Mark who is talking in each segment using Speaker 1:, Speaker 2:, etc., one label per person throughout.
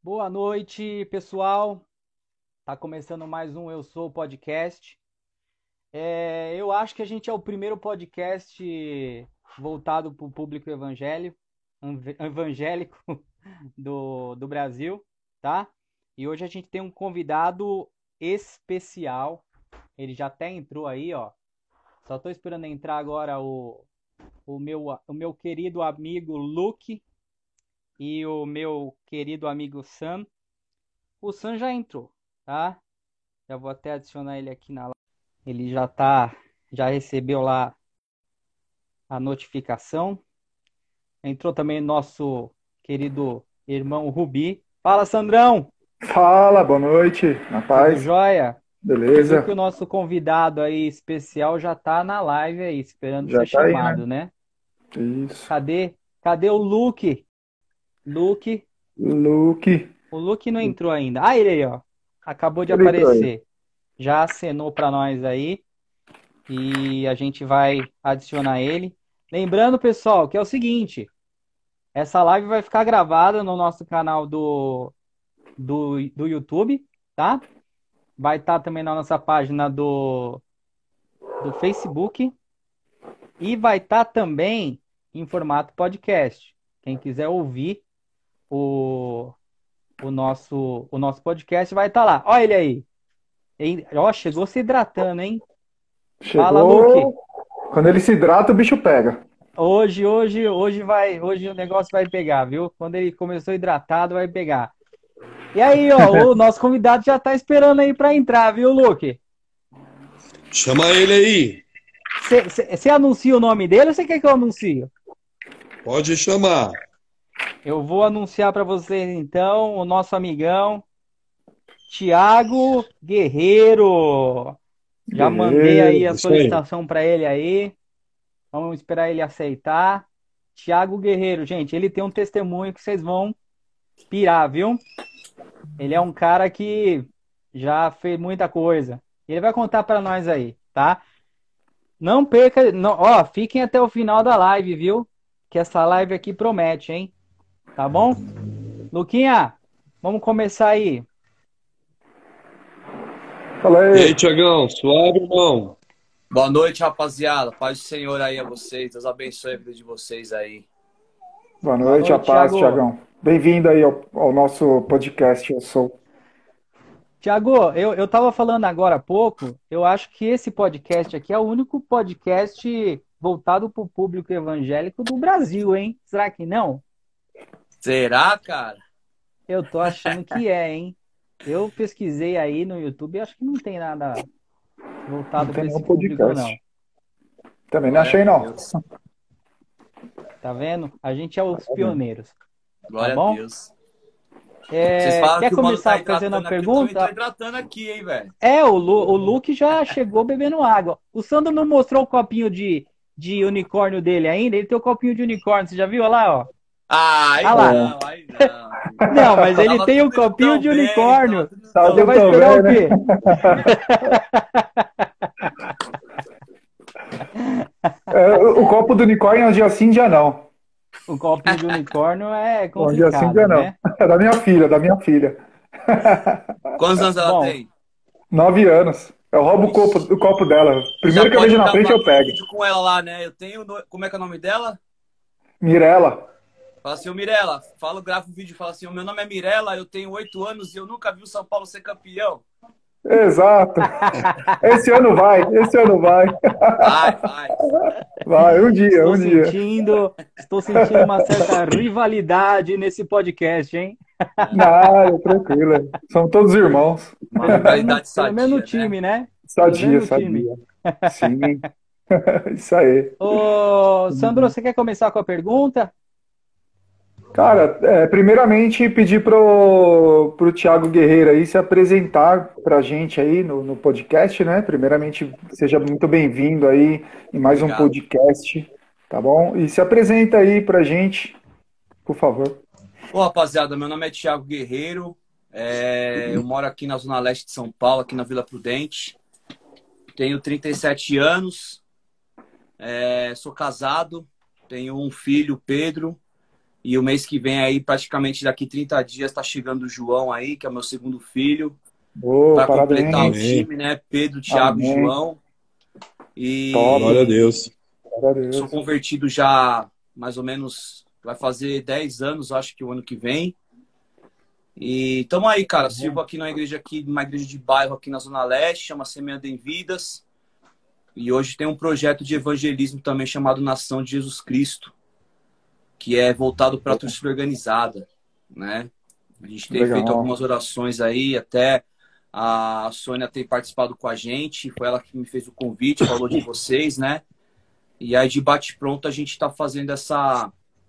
Speaker 1: Boa noite, pessoal. Tá começando mais um Eu Sou o Podcast. Eu acho que a gente é o primeiro podcast voltado para o público evangélico do Brasil, tá? E hoje a gente tem um convidado especial. Ele já até entrou aí, ó. Só tô esperando entrar agora o meu querido amigo Luke e o meu querido amigo Sam. O Sam já entrou, tá? Já vou até adicionar ele aqui na live. Ele já recebeu lá a notificação. Entrou também nosso querido irmão Rubi. Fala, Sandrão!
Speaker 2: Fala, boa noite, na
Speaker 1: Tudo
Speaker 2: paz,
Speaker 1: jóia? Você viu que o
Speaker 2: beleza?
Speaker 1: nosso convidado aí especial já tá na live aí, esperando
Speaker 2: Já
Speaker 1: ser
Speaker 2: tá aí, né?
Speaker 1: chamado, né?
Speaker 2: Isso.
Speaker 1: Cadê o Luke? Luke,
Speaker 2: Luke,
Speaker 1: o Luke não entrou ainda. Ah, ele aí, ó. Acabou de
Speaker 2: ele entrou aí.
Speaker 1: aparecer. Já acenou para nós aí. E a gente vai adicionar ele. Lembrando, pessoal, que é o seguinte: essa live vai ficar gravada no nosso canal do YouTube, tá? Vai estar também na nossa página do Facebook e vai estar também em formato podcast. Quem quiser ouvir o, o nosso podcast vai estar lá. Olha ele aí. Ó, chegou se hidratando, hein? Fala, Luke.
Speaker 2: Chegou, quando ele se hidrata, o bicho pega.
Speaker 1: Hoje o negócio vai pegar, viu? Quando ele começou hidratado, vai pegar. E aí, ó, o nosso convidado já tá esperando aí pra entrar, viu, Luke?
Speaker 3: Chama ele aí.
Speaker 1: Você anuncia o nome dele ou você quer que eu anuncie?
Speaker 3: Pode chamar.
Speaker 1: Eu vou anunciar pra vocês então o nosso amigão Tiago Guerreiro. Já mandei aí a
Speaker 2: Guerreiro.
Speaker 3: Isso aí.
Speaker 1: solicitação pra ele aí. Vamos esperar ele aceitar. Tiago Guerreiro, gente, ele tem um testemunho que vocês vão pirar, viu? Ele é um cara que já fez muita coisa. Ele vai contar para nós aí, tá? Não perca, não, ó, fiquem até o final da live, viu? Que essa live aqui promete, hein? Tá bom? Luquinha, vamos começar aí.
Speaker 2: Fala
Speaker 3: E aí,
Speaker 2: aí.
Speaker 3: Tiagão? Suave, irmão?
Speaker 4: Boa noite, rapaziada. Paz do Senhor aí a vocês. Deus abençoe a vida de vocês aí.
Speaker 2: Boa
Speaker 1: Boa
Speaker 2: noite, a
Speaker 1: noite,
Speaker 2: paz,
Speaker 1: Thiago.
Speaker 2: Tiagão. Bem-vindo aí ao nosso podcast, Eu Sou.
Speaker 1: Tiago, eu tava falando agora há pouco, eu acho que esse podcast aqui é o único podcast voltado para o público evangélico do Brasil, hein? Será que não?
Speaker 4: Será, cara?
Speaker 1: Eu tô achando que é, hein? Eu pesquisei aí no YouTube e acho que não tem nada
Speaker 2: Não
Speaker 1: voltado
Speaker 2: tem
Speaker 1: para
Speaker 2: nenhum
Speaker 1: esse público, não.
Speaker 2: podcast. Também não
Speaker 4: Glória a
Speaker 2: achei, não.
Speaker 4: Deus.
Speaker 1: Tá vendo? A gente é os
Speaker 2: Tá vendo?
Speaker 1: pioneiros, tá
Speaker 4: Glória a
Speaker 1: bom?
Speaker 4: Deus. Vocês falam
Speaker 1: Quer
Speaker 4: que o mano tá
Speaker 1: começar fazendo a
Speaker 4: hidratando aqui, eu também tô
Speaker 1: pergunta?
Speaker 4: hidratando aqui, hein, velho?
Speaker 1: O Luke já chegou bebendo água. O Sandro não mostrou o copinho de unicórnio dele ainda. Ele tem o copinho de unicórnio, você já viu? Olha lá, ó.
Speaker 4: Ah,
Speaker 1: Olha
Speaker 4: aí
Speaker 1: lá.
Speaker 4: não, aí não.
Speaker 1: Não, mas ele
Speaker 4: Tava
Speaker 1: tem o
Speaker 4: tudo indo
Speaker 1: copinho
Speaker 4: tão
Speaker 1: de
Speaker 4: bem, tava
Speaker 1: unicórnio.
Speaker 4: tudo indo
Speaker 2: Tá
Speaker 1: Você
Speaker 4: tão
Speaker 1: vai
Speaker 2: tão
Speaker 1: esperar
Speaker 4: bem.
Speaker 1: o
Speaker 2: bem, né?
Speaker 1: quê?
Speaker 2: O copo do unicórnio é um dia sim, dia não.
Speaker 1: O copinho de unicórnio é
Speaker 2: Um dia sim, dia
Speaker 1: complicado,
Speaker 2: não.
Speaker 1: né?
Speaker 2: É da minha filha, da minha filha.
Speaker 4: Quantos anos ela
Speaker 1: Bom,
Speaker 4: tem?
Speaker 2: 9 anos. Eu roubo
Speaker 4: Ixi.
Speaker 2: o copo dela.
Speaker 4: Você já
Speaker 2: Primeiro que eu
Speaker 4: pode
Speaker 2: vejo na frente,
Speaker 4: gravar
Speaker 2: eu
Speaker 4: aquele
Speaker 2: pego.
Speaker 4: vídeo com ela lá, né? Eu tenho. Como é que é o nome dela?
Speaker 2: Mirella.
Speaker 4: Fala assim, ô Mirella, grava um vídeo e fala assim: o meu nome é Mirella, eu tenho 8 anos e eu nunca vi o São Paulo ser campeão.
Speaker 2: Exato. Esse ano vai, esse ano vai.
Speaker 4: Vai, vai.
Speaker 2: Vai, um dia,
Speaker 1: estou
Speaker 2: um dia.
Speaker 1: sentindo, estou sentindo uma certa rivalidade nesse podcast, hein?
Speaker 2: Nada, tranquilo. Somos todos irmãos.
Speaker 4: Uma rivalidade
Speaker 1: Pelo menos no
Speaker 4: sadia, né?
Speaker 1: time, né? Pelo menos
Speaker 2: Sadia,
Speaker 1: no time.
Speaker 2: sadia. Sim, isso aí.
Speaker 1: Ô, Sandro, você quer começar com a pergunta?
Speaker 2: Cara, primeiramente pedir pro Thiago Guerreiro aí se apresentar pra gente aí no podcast, né? Primeiramente, seja muito bem-vindo aí em mais um
Speaker 4: Obrigado.
Speaker 2: podcast, tá bom? E se apresenta aí pra gente, por favor.
Speaker 4: Ô, rapaziada, meu nome é Thiago Guerreiro. Eu moro aqui na Zona Leste de São Paulo, aqui na Vila Prudente. Tenho 37 anos. Sou casado. Tenho um filho, Pedro. E o mês que vem aí, praticamente daqui 30 dias, tá chegando o João aí, que é o meu segundo filho,
Speaker 2: Ô,
Speaker 4: para completar o
Speaker 2: parabéns.
Speaker 3: Amém.
Speaker 4: time, né? Pedro, Thiago e
Speaker 2: Amém.
Speaker 4: João.
Speaker 2: Top.
Speaker 3: Glória a
Speaker 4: E
Speaker 3: Deus.
Speaker 2: Glória a
Speaker 4: sou
Speaker 2: Deus.
Speaker 4: convertido já mais ou menos, vai fazer 10 anos, acho que o ano que vem. E tamo aí, cara. Sirvo aqui numa igreja de bairro aqui na Zona Leste, chama Semeando em Vidas. E hoje tem um projeto de evangelismo também chamado Nação de Jesus Cristo, que é voltado para a torcida organizada, né? A gente tem feito
Speaker 2: Legal.
Speaker 4: algumas orações aí, até a Sônia tem participado com a gente, foi ela que me fez o convite, falou de vocês, né? E aí de bate-pronto a gente está fazendo essa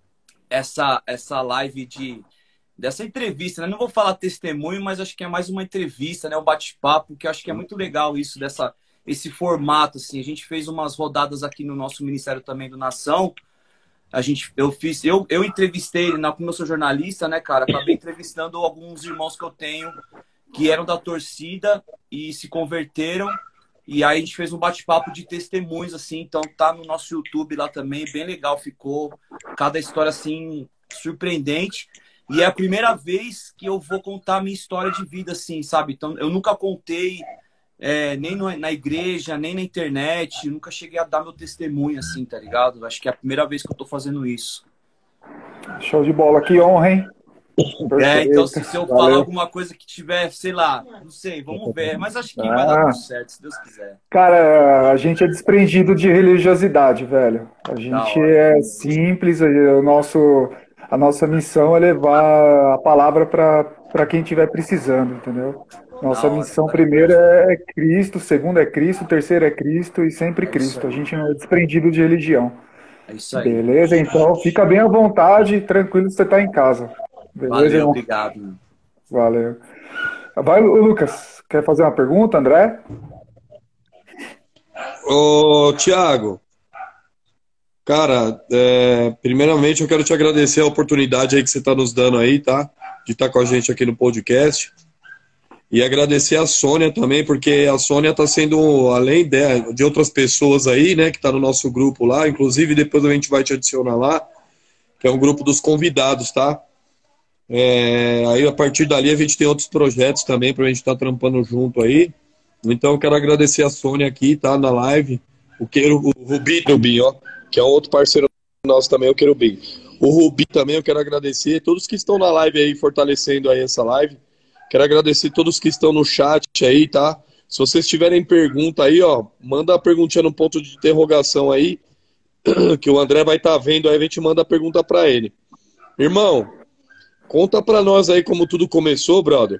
Speaker 4: live dessa entrevista, né? Não vou falar testemunho, mas acho que é mais uma entrevista, né? Um bate-papo, que eu acho que é muito legal isso, esse formato, assim. A gente fez umas rodadas aqui no nosso Ministério também do Nação. Eu entrevistei, como eu sou jornalista, né, cara? Acabei entrevistando alguns irmãos que eu tenho que eram da torcida e se converteram. E aí a gente fez um bate-papo de testemunhos, assim. Então tá no nosso YouTube lá também, bem legal ficou. Cada história, assim, surpreendente. E é a primeira vez que eu vou contar a minha história de vida, assim, sabe? Então eu nunca contei nem na igreja, nem na internet, nunca cheguei a dar meu testemunho, assim, tá ligado? Acho que é a primeira vez que eu tô fazendo isso.
Speaker 2: Show de bola. Que honra, hein?
Speaker 4: Então
Speaker 2: Perfeito.
Speaker 4: se eu falar
Speaker 2: Valeu.
Speaker 4: alguma coisa que tiver, sei lá, não sei, vamos ver. Mas acho que vai dar
Speaker 2: Ah,
Speaker 4: tudo certo, se Deus quiser.
Speaker 2: cara, a gente é desprendido de religiosidade, velho. A
Speaker 4: Da
Speaker 2: gente
Speaker 4: hora.
Speaker 2: é simples, a nossa missão é levar a palavra para quem estiver precisando, entendeu?
Speaker 4: Da
Speaker 2: Nossa
Speaker 4: hora.
Speaker 2: missão primeira é Cristo, segunda é Cristo, terceira é Cristo e sempre
Speaker 4: É isso
Speaker 2: Cristo. A
Speaker 4: aí.
Speaker 2: gente não é desprendido de religião.
Speaker 4: É isso aí.
Speaker 2: Beleza? Então fica bem à vontade, tranquilo que você está em casa. Beleza,
Speaker 4: Valeu,
Speaker 2: irmão?
Speaker 4: obrigado.
Speaker 2: Valeu. Vai, o Lucas, quer fazer uma pergunta, André?
Speaker 3: Ô, Thiago, cara, primeiramente eu quero te agradecer a oportunidade aí que você está nos dando aí, tá? De estar com a gente aqui no podcast. E agradecer a Sônia também, porque a Sônia está sendo, além de outras pessoas aí, né, que está no nosso grupo lá, inclusive depois a gente vai te adicionar lá, que é um grupo dos convidados, tá? Aí a partir dali a gente tem outros projetos também para a gente estar trampando junto aí. Então eu quero agradecer a Sônia aqui, tá, na live, o Rubi, ó, que é um outro parceiro nosso também, o Querubim. O Rubi também eu quero agradecer, todos que estão na live aí, fortalecendo aí essa live. Quero agradecer todos que estão no chat aí, tá? Se vocês tiverem pergunta aí, ó, manda a perguntinha no ponto de interrogação aí, que o André vai estar vendo, aí a gente manda a pergunta para ele. Irmão, conta para nós aí como tudo começou, brother.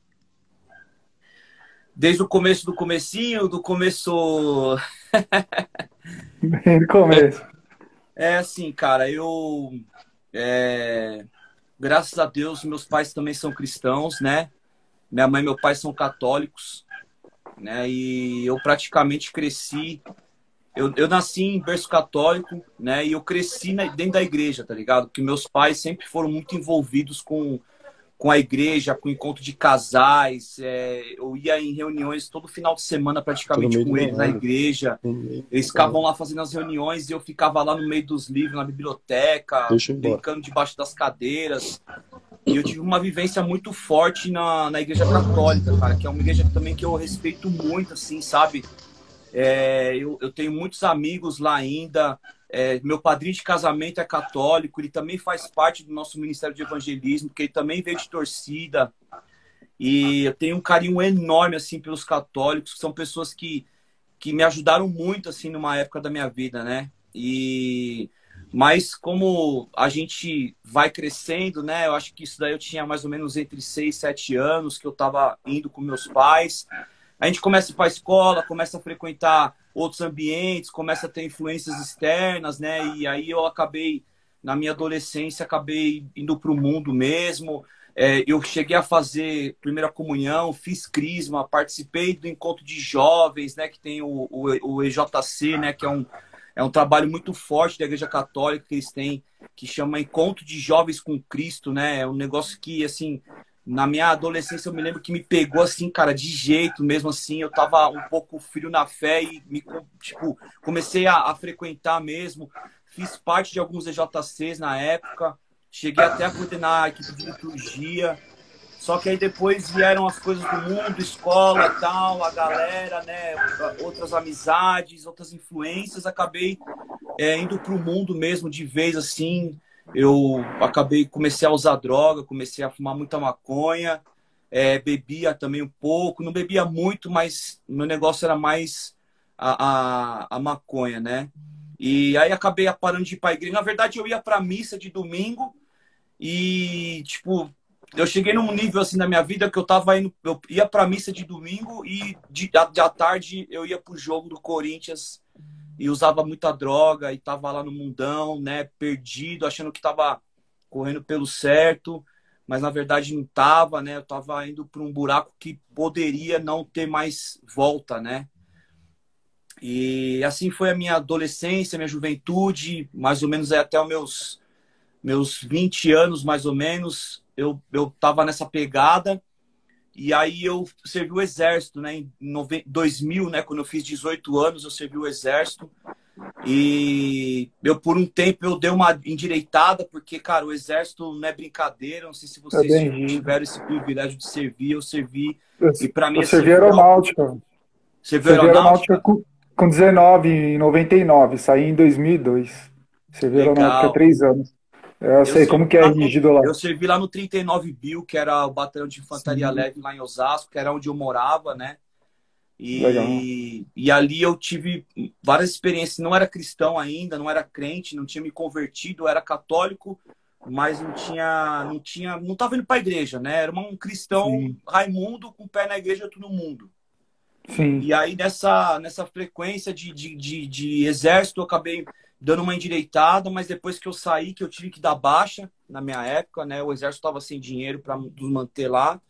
Speaker 4: Desde o começo do comecinho, do começo...
Speaker 2: Bem no começo.
Speaker 4: assim, cara, graças a Deus, meus pais também são cristãos, né? Minha mãe e meu pai são católicos, né? E eu praticamente cresci... Eu nasci em berço católico, né? E eu cresci dentro da igreja, tá ligado? Porque meus pais sempre foram muito envolvidos com a igreja, com o encontro de casais. Eu ia em reuniões todo final de semana praticamente com eles na igreja. Eles ficavam lá fazendo as reuniões e eu ficava lá no meio dos livros, na biblioteca, brincando debaixo das cadeiras. E eu tive uma vivência muito forte na igreja católica, cara, que é uma igreja também que eu respeito muito, assim, sabe? Eu tenho muitos amigos lá ainda. Meu padrinho de casamento é católico, ele também faz parte do nosso Ministério de Evangelismo, que ele também veio de torcida. E eu tenho um carinho enorme assim pelos católicos, que são pessoas que me ajudaram muito assim numa época da minha vida, né? Mas como a gente vai crescendo, né? Eu acho que isso daí eu tinha mais ou menos entre 6 e 7 anos, que eu estava indo com meus pais. A gente começa a ir para a escola, começa a frequentar outros ambientes, começa a ter influências externas, né? E aí eu acabei, na minha adolescência, acabei indo para o mundo mesmo. Eu cheguei a fazer primeira comunhão, fiz crisma, participei do encontro de jovens, né? Que tem o EJC, né? Que é um trabalho muito forte da Igreja Católica que eles têm, que chama Encontro de Jovens com Cristo, né? É um negócio que, assim... Na minha adolescência, eu me lembro que me pegou assim, cara, de jeito mesmo assim. Eu tava um pouco frio na fé e comecei a frequentar mesmo. Fiz parte de alguns EJCs na época. cheguei até a coordenar a equipe de liturgia. Só que aí depois vieram as coisas do mundo, escola e tal, a galera, né, outras amizades, outras influências, acabei indo para o mundo mesmo de vez, assim. Eu comecei a usar droga, comecei a fumar muita maconha, bebia também um pouco, não bebia muito, mas meu negócio era mais a maconha, né? E aí acabei parando de ir para a igreja. Na verdade, eu ia para a missa de domingo e, tipo, eu cheguei num nível assim na minha vida que eu ia pra missa de domingo e à tarde eu ia pro jogo do Corinthians e usava muita droga e tava lá no mundão, né, perdido, achando que tava correndo pelo certo, mas na verdade não tava, né? Eu tava indo para um buraco que poderia não ter mais volta, né? E assim foi a minha adolescência, minha juventude, mais ou menos até os meus 20 anos, mais ou menos, eu tava nessa pegada. E aí eu servi o exército, né? Em 2000, né? Quando eu fiz 18 anos, eu servi o exército. E por um tempo, eu dei uma endireitada, porque, cara, o exército não é brincadeira. Não sei se vocês tiveram esse privilégio de servir. Eu servi. E para mim,
Speaker 2: eu
Speaker 4: assim,
Speaker 2: servi aeronáutica.
Speaker 4: Servi aeronáutica?
Speaker 2: Com 19, em 99. Saí em 2002. Servi aeronáutica há 3 anos. Eu sei como que é rígido lá.
Speaker 4: Eu servi lá no 39 Bill, que era o batalhão de infantaria leve lá em Osasco, que era onde eu morava, né? E ali eu tive várias experiências. Não era cristão ainda, não era crente, não tinha me convertido, eu era católico, mas não estava indo para a igreja, né? Era um cristão Raimundo com o pé na igreja, outro no mundo.
Speaker 2: Sim.
Speaker 4: E aí nessa frequência de exército eu acabei dando uma endireitada, mas depois que eu saí, que eu tive que dar baixa na minha época, né? O exército estava sem dinheiro para nos manter lá.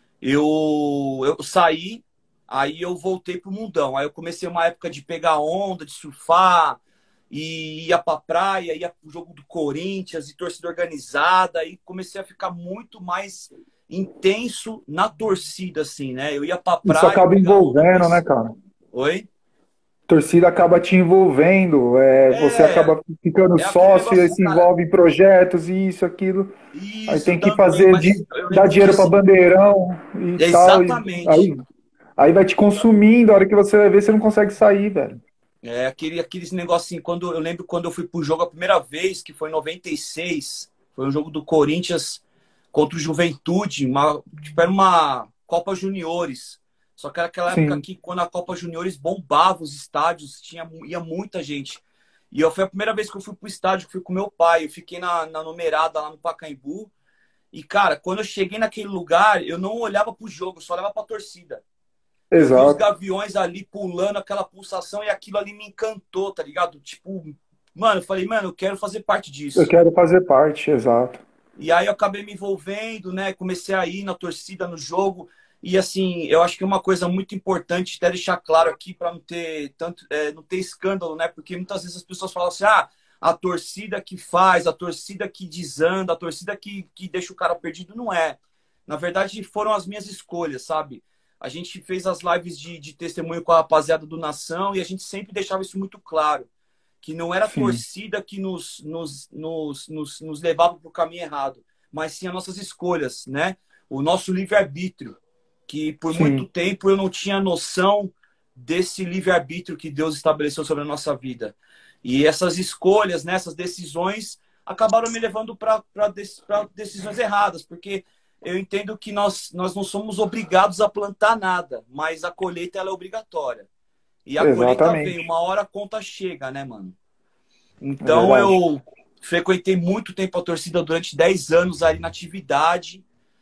Speaker 4: Eu saí, aí eu voltei pro mundão. Aí eu comecei uma época de pegar onda, de surfar, e ia pra praia, ia pro jogo do Corinthians, e torcida organizada, e comecei a ficar muito mais intenso na torcida, assim, né? Eu ia pra praia...
Speaker 2: Isso acaba envolvendo, né, cara?
Speaker 4: Oi?
Speaker 2: Torcida acaba te envolvendo, você acaba ficando sócio, e aí se envolve em projetos, isso, aquilo.
Speaker 4: Isso,
Speaker 2: aí tem que
Speaker 4: também,
Speaker 2: dar dinheiro para bandeirão e
Speaker 4: exatamente.
Speaker 2: tal. Aí vai te consumindo, a hora que você vai ver, você não consegue sair, velho.
Speaker 4: Aqueles negocinhos, eu lembro quando eu fui pro jogo a primeira vez, que foi em 96, foi um jogo do Corinthians contra o Juventude, era uma Copa Juniores. Só que era aquela época que, quando a Copa Juniores bombava os estádios, ia muita gente. E foi a primeira vez que eu fui pro estádio, que fui com meu pai. Eu fiquei na numerada lá no Pacaembu. E, cara, quando eu cheguei naquele lugar, eu não olhava pro jogo, eu só olhava pra torcida.
Speaker 2: Exato.
Speaker 4: Eu vi os gaviões ali pulando, aquela pulsação, e aquilo ali me encantou, tá ligado? Tipo, mano, eu falei, mano, eu quero fazer parte disso.
Speaker 2: Eu quero fazer parte, exato.
Speaker 4: E aí eu acabei me envolvendo, né? Comecei a ir na torcida, no jogo. E assim, eu acho que uma coisa muito importante até deixar claro aqui para não ter não ter escândalo, né? Porque muitas vezes as pessoas falam assim: "Ah, a torcida que faz, a torcida que desanda, a torcida que deixa o cara perdido", não é. Na verdade, foram as minhas escolhas, sabe? A gente fez as lives de testemunho com a rapaziada do Nação e a gente sempre deixava isso muito claro, que não era a torcida que nos levava para o caminho errado, mas sim as nossas escolhas, né? O nosso livre-arbítrio, que por muito tempo eu não tinha noção desse livre-arbítrio que Deus estabeleceu sobre a nossa vida. E essas escolhas, né, essas decisões, acabaram me levando para decisões erradas, porque eu entendo que nós não somos obrigados a plantar nada, mas a colheita ela é obrigatória. E a colheita vem, uma hora a conta chega, né, mano? Então eu frequentei muito tempo a torcida durante 10 anos ali na atividade.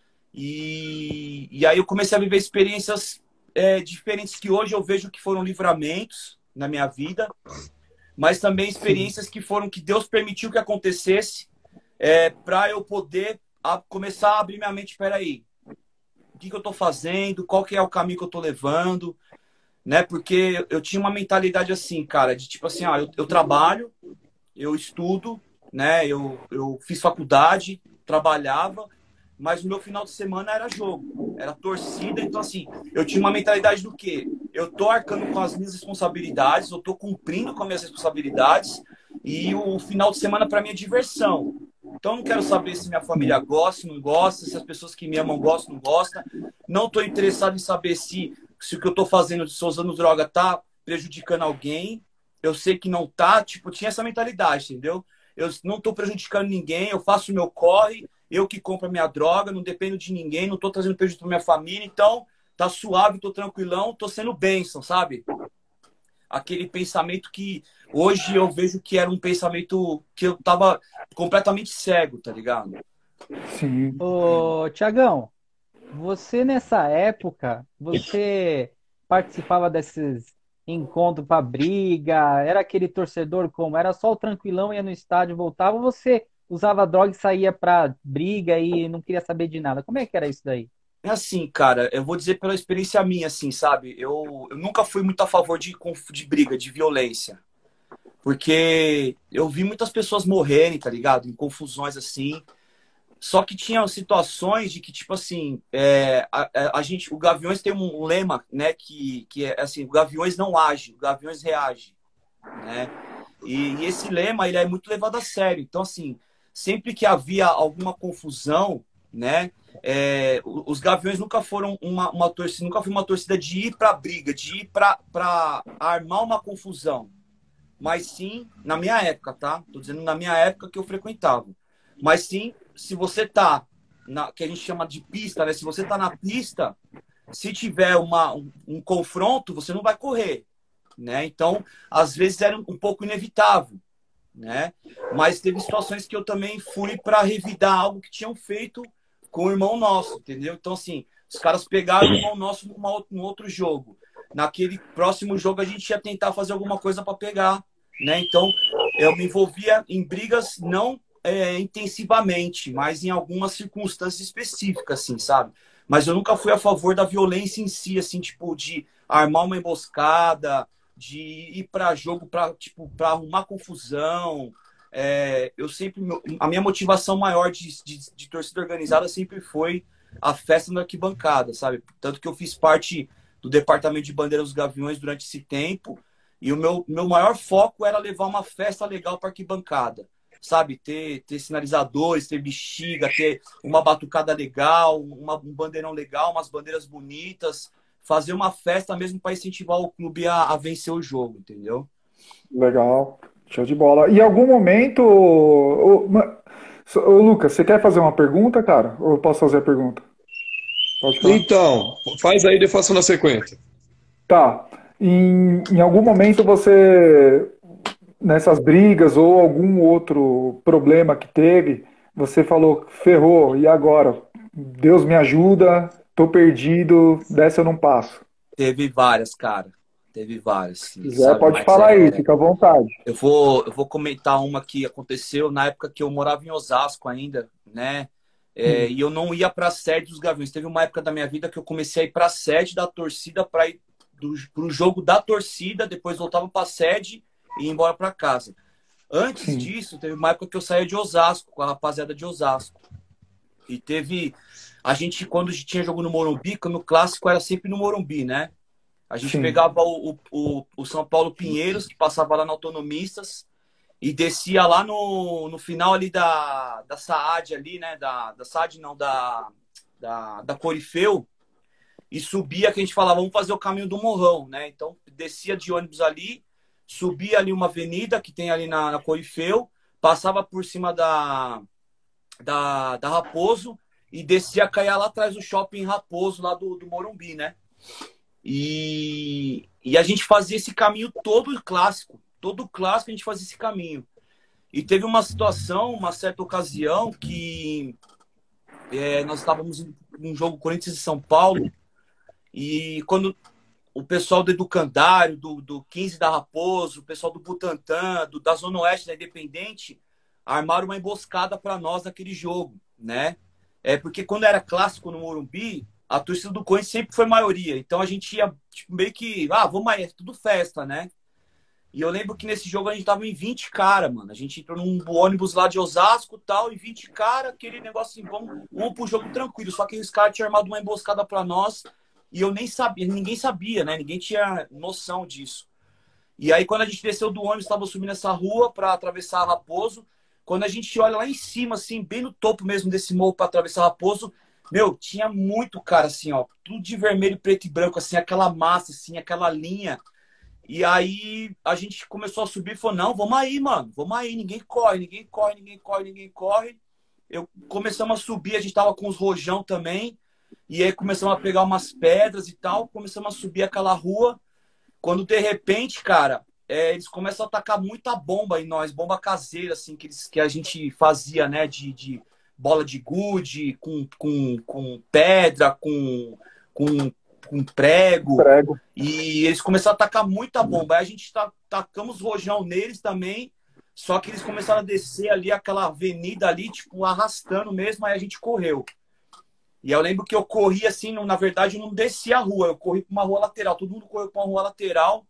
Speaker 4: E aí eu comecei a viver experiências diferentes que hoje eu vejo que foram livramentos na minha vida, mas também experiências que Deus permitiu que acontecesse para eu poder começar a abrir minha mente. Peraí, o que eu estou fazendo? Qual que é o caminho que eu estou levando? Né? Porque eu tinha uma mentalidade assim, cara, de tipo assim, eu trabalho, eu estudo, né? Eu fiz faculdade, trabalhava, mas o meu final de semana era jogo, era torcida. Então, assim, eu tinha uma mentalidade do quê? Eu tô arcando com as minhas responsabilidades, eu tô cumprindo com as minhas responsabilidades, e o final de semana, para mim, é diversão. Então eu não quero saber se minha família gosta, se não gosta, se as pessoas que me amam gostam, não gostam. Não estou interessado em saber se o que eu estou fazendo, se eu usando droga, tá prejudicando alguém. Eu sei que não tá, tipo, tinha essa mentalidade, entendeu? Eu não estou prejudicando ninguém, eu faço o meu corre, eu que compro a minha droga, não dependo de ninguém, não estou trazendo prejuízo para minha família, então tá suave, tô tranquilão, tô sendo bênção, sabe? Aquele pensamento que hoje eu vejo que era um pensamento que eu tava completamente cego, tá ligado?
Speaker 2: Sim.
Speaker 1: Ô, Tiagão, você nessa época, você participava desses encontros para briga? Era aquele torcedor como? Era só o tranquilão, ia no estádio, voltava, ou você usava droga e saía pra briga e não queria saber de nada? Como é que era isso daí?
Speaker 4: É assim, cara, eu vou dizer pela experiência minha, assim, sabe? Eu nunca fui muito a favor de briga, de violência. Porque eu vi muitas pessoas morrerem, tá ligado? Em confusões assim. Só que tinha situações de que, tipo assim, a gente, o Gaviões tem um lema, né, que é assim, o Gaviões não age, o Gaviões reage, né? E esse lema, ele é muito levado a sério. Então, assim, sempre que havia alguma confusão, né, os Gaviões nunca foram uma torcida, nunca foi uma torcida de ir pra briga, de ir pra armar uma confusão. Mas sim, na minha época, tá? Tô dizendo na minha época que eu frequentava. Mas sim, se você tá que a gente chama de pista, né? Se você tá na pista, se tiver um confronto, você não vai correr, né? Então, às vezes era um pouco inevitável, né? Mas teve situações que eu também fui para revidar algo que tinham feito com o irmão nosso, entendeu? Então, assim, os caras pegaram o irmão nosso num outro jogo. Naquele próximo jogo a gente ia tentar fazer alguma coisa para pegar, né? Então, eu me envolvia em brigas não intensivamente, mas em algumas circunstâncias específicas, assim, sabe? Mas eu nunca fui a favor da violência em si, assim, tipo, de armar uma emboscada, de ir para jogo para tipo, para arrumar confusão. Eu sempre, a minha motivação maior de torcida organizada sempre foi a festa na arquibancada, sabe? Tanto que eu fiz parte do departamento de bandeiras dos Gaviões durante esse tempo, e o meu maior foco era levar uma festa legal para arquibancada, sabe? Ter sinalizadores, ter bexiga, ter uma batucada legal, um bandeirão legal, umas bandeiras bonitas, fazer uma festa mesmo para incentivar o clube a vencer o jogo, entendeu?
Speaker 2: Legal. Show de bola. E em algum momento, ô, Lucas, você quer fazer uma pergunta, cara? Ou eu posso fazer a pergunta? Pode falar.
Speaker 3: Então, faz aí e eu faço na sequência.
Speaker 2: Tá. Em algum momento você, nessas brigas ou algum outro problema que teve, você falou, ferrou, e agora? Deus me ajuda, tô perdido, dessa eu não passo.
Speaker 4: Teve várias, cara. Teve várias,
Speaker 2: Se
Speaker 4: sim,
Speaker 2: quiser,
Speaker 4: sabe?
Speaker 2: pode
Speaker 4: Mas
Speaker 2: falar aí, fica à vontade.
Speaker 4: eu vou comentar uma que aconteceu na época que eu morava em Osasco ainda, né? E eu não ia para a sede dos Gaviões. Teve uma época da minha vida que eu comecei a ir para a sede da torcida para ir pro jogo da torcida, depois voltava para a sede e ia embora para casa. Antes disso, teve uma época que eu saía de Osasco, com a rapaziada de Osasco. E teve... A gente, quando tinha jogo no Morumbi, no clássico era sempre no Morumbi, né? A gente pegava o São Paulo Pinheiros, que passava lá na Autonomistas, e descia lá no final ali da Saad ali, né? Da Saad não, da Corifeu, e subia, que a gente falava, vamos fazer o caminho do Morrão, né? Então, descia de ônibus ali, subia ali uma avenida que tem ali na Corifeu, passava por cima da Raposo e descia, caía lá atrás do shopping Raposo, lá do Morumbi, né? E a gente fazia esse caminho todo clássico a gente fazia esse caminho. E teve uma situação, uma certa ocasião, que nós estávamos em um jogo Corinthians e São Paulo, e quando o pessoal do Educandário, do 15 da Raposo, o pessoal do Butantã, da Zona Oeste da Independente, armaram uma emboscada para nós naquele jogo, né? Porque quando era clássico no Morumbi, a torcida do Corinthians sempre foi maioria. Então a gente ia tipo, meio que, vamos aí, é tudo festa, né? E eu lembro que nesse jogo a gente tava em 20 cara, mano. A gente entrou num ônibus lá de Osasco e tal, e 20 cara, aquele negócio assim, vamos pro jogo tranquilo. Só que os caras tinham armado uma emboscada pra nós e eu nem sabia, ninguém sabia, né? Ninguém tinha noção disso. E aí quando a gente desceu do ônibus, tava subindo essa rua pra atravessar a Raposo, Quando a gente olha lá em cima, assim, bem no topo mesmo desse morro para atravessar Raposo, meu, tinha muito cara, assim, ó, tudo de vermelho, preto e branco, assim, aquela massa, assim, aquela linha. E aí a gente começou a subir e falou, não, vamos aí, mano, vamos aí, ninguém corre, ninguém corre, ninguém corre, ninguém corre. Começamos a subir, a gente tava com os rojão também, e aí começamos a pegar umas pedras e tal, começamos a subir aquela rua, quando de repente, cara, eles começam a atacar muita bomba em nós, bomba caseira, assim, que a gente fazia, né, de bola de gude, com pedra, com prego,
Speaker 2: Prego.
Speaker 4: e eles começaram a atacar muita bomba. Aí a gente tacamos rojão neles também, só que eles começaram a descer ali aquela avenida ali, tipo, arrastando mesmo, aí a gente correu. E eu lembro que eu corri assim, na verdade, eu não desci a rua, eu corri para uma rua lateral, todo mundo correu para uma rua lateral.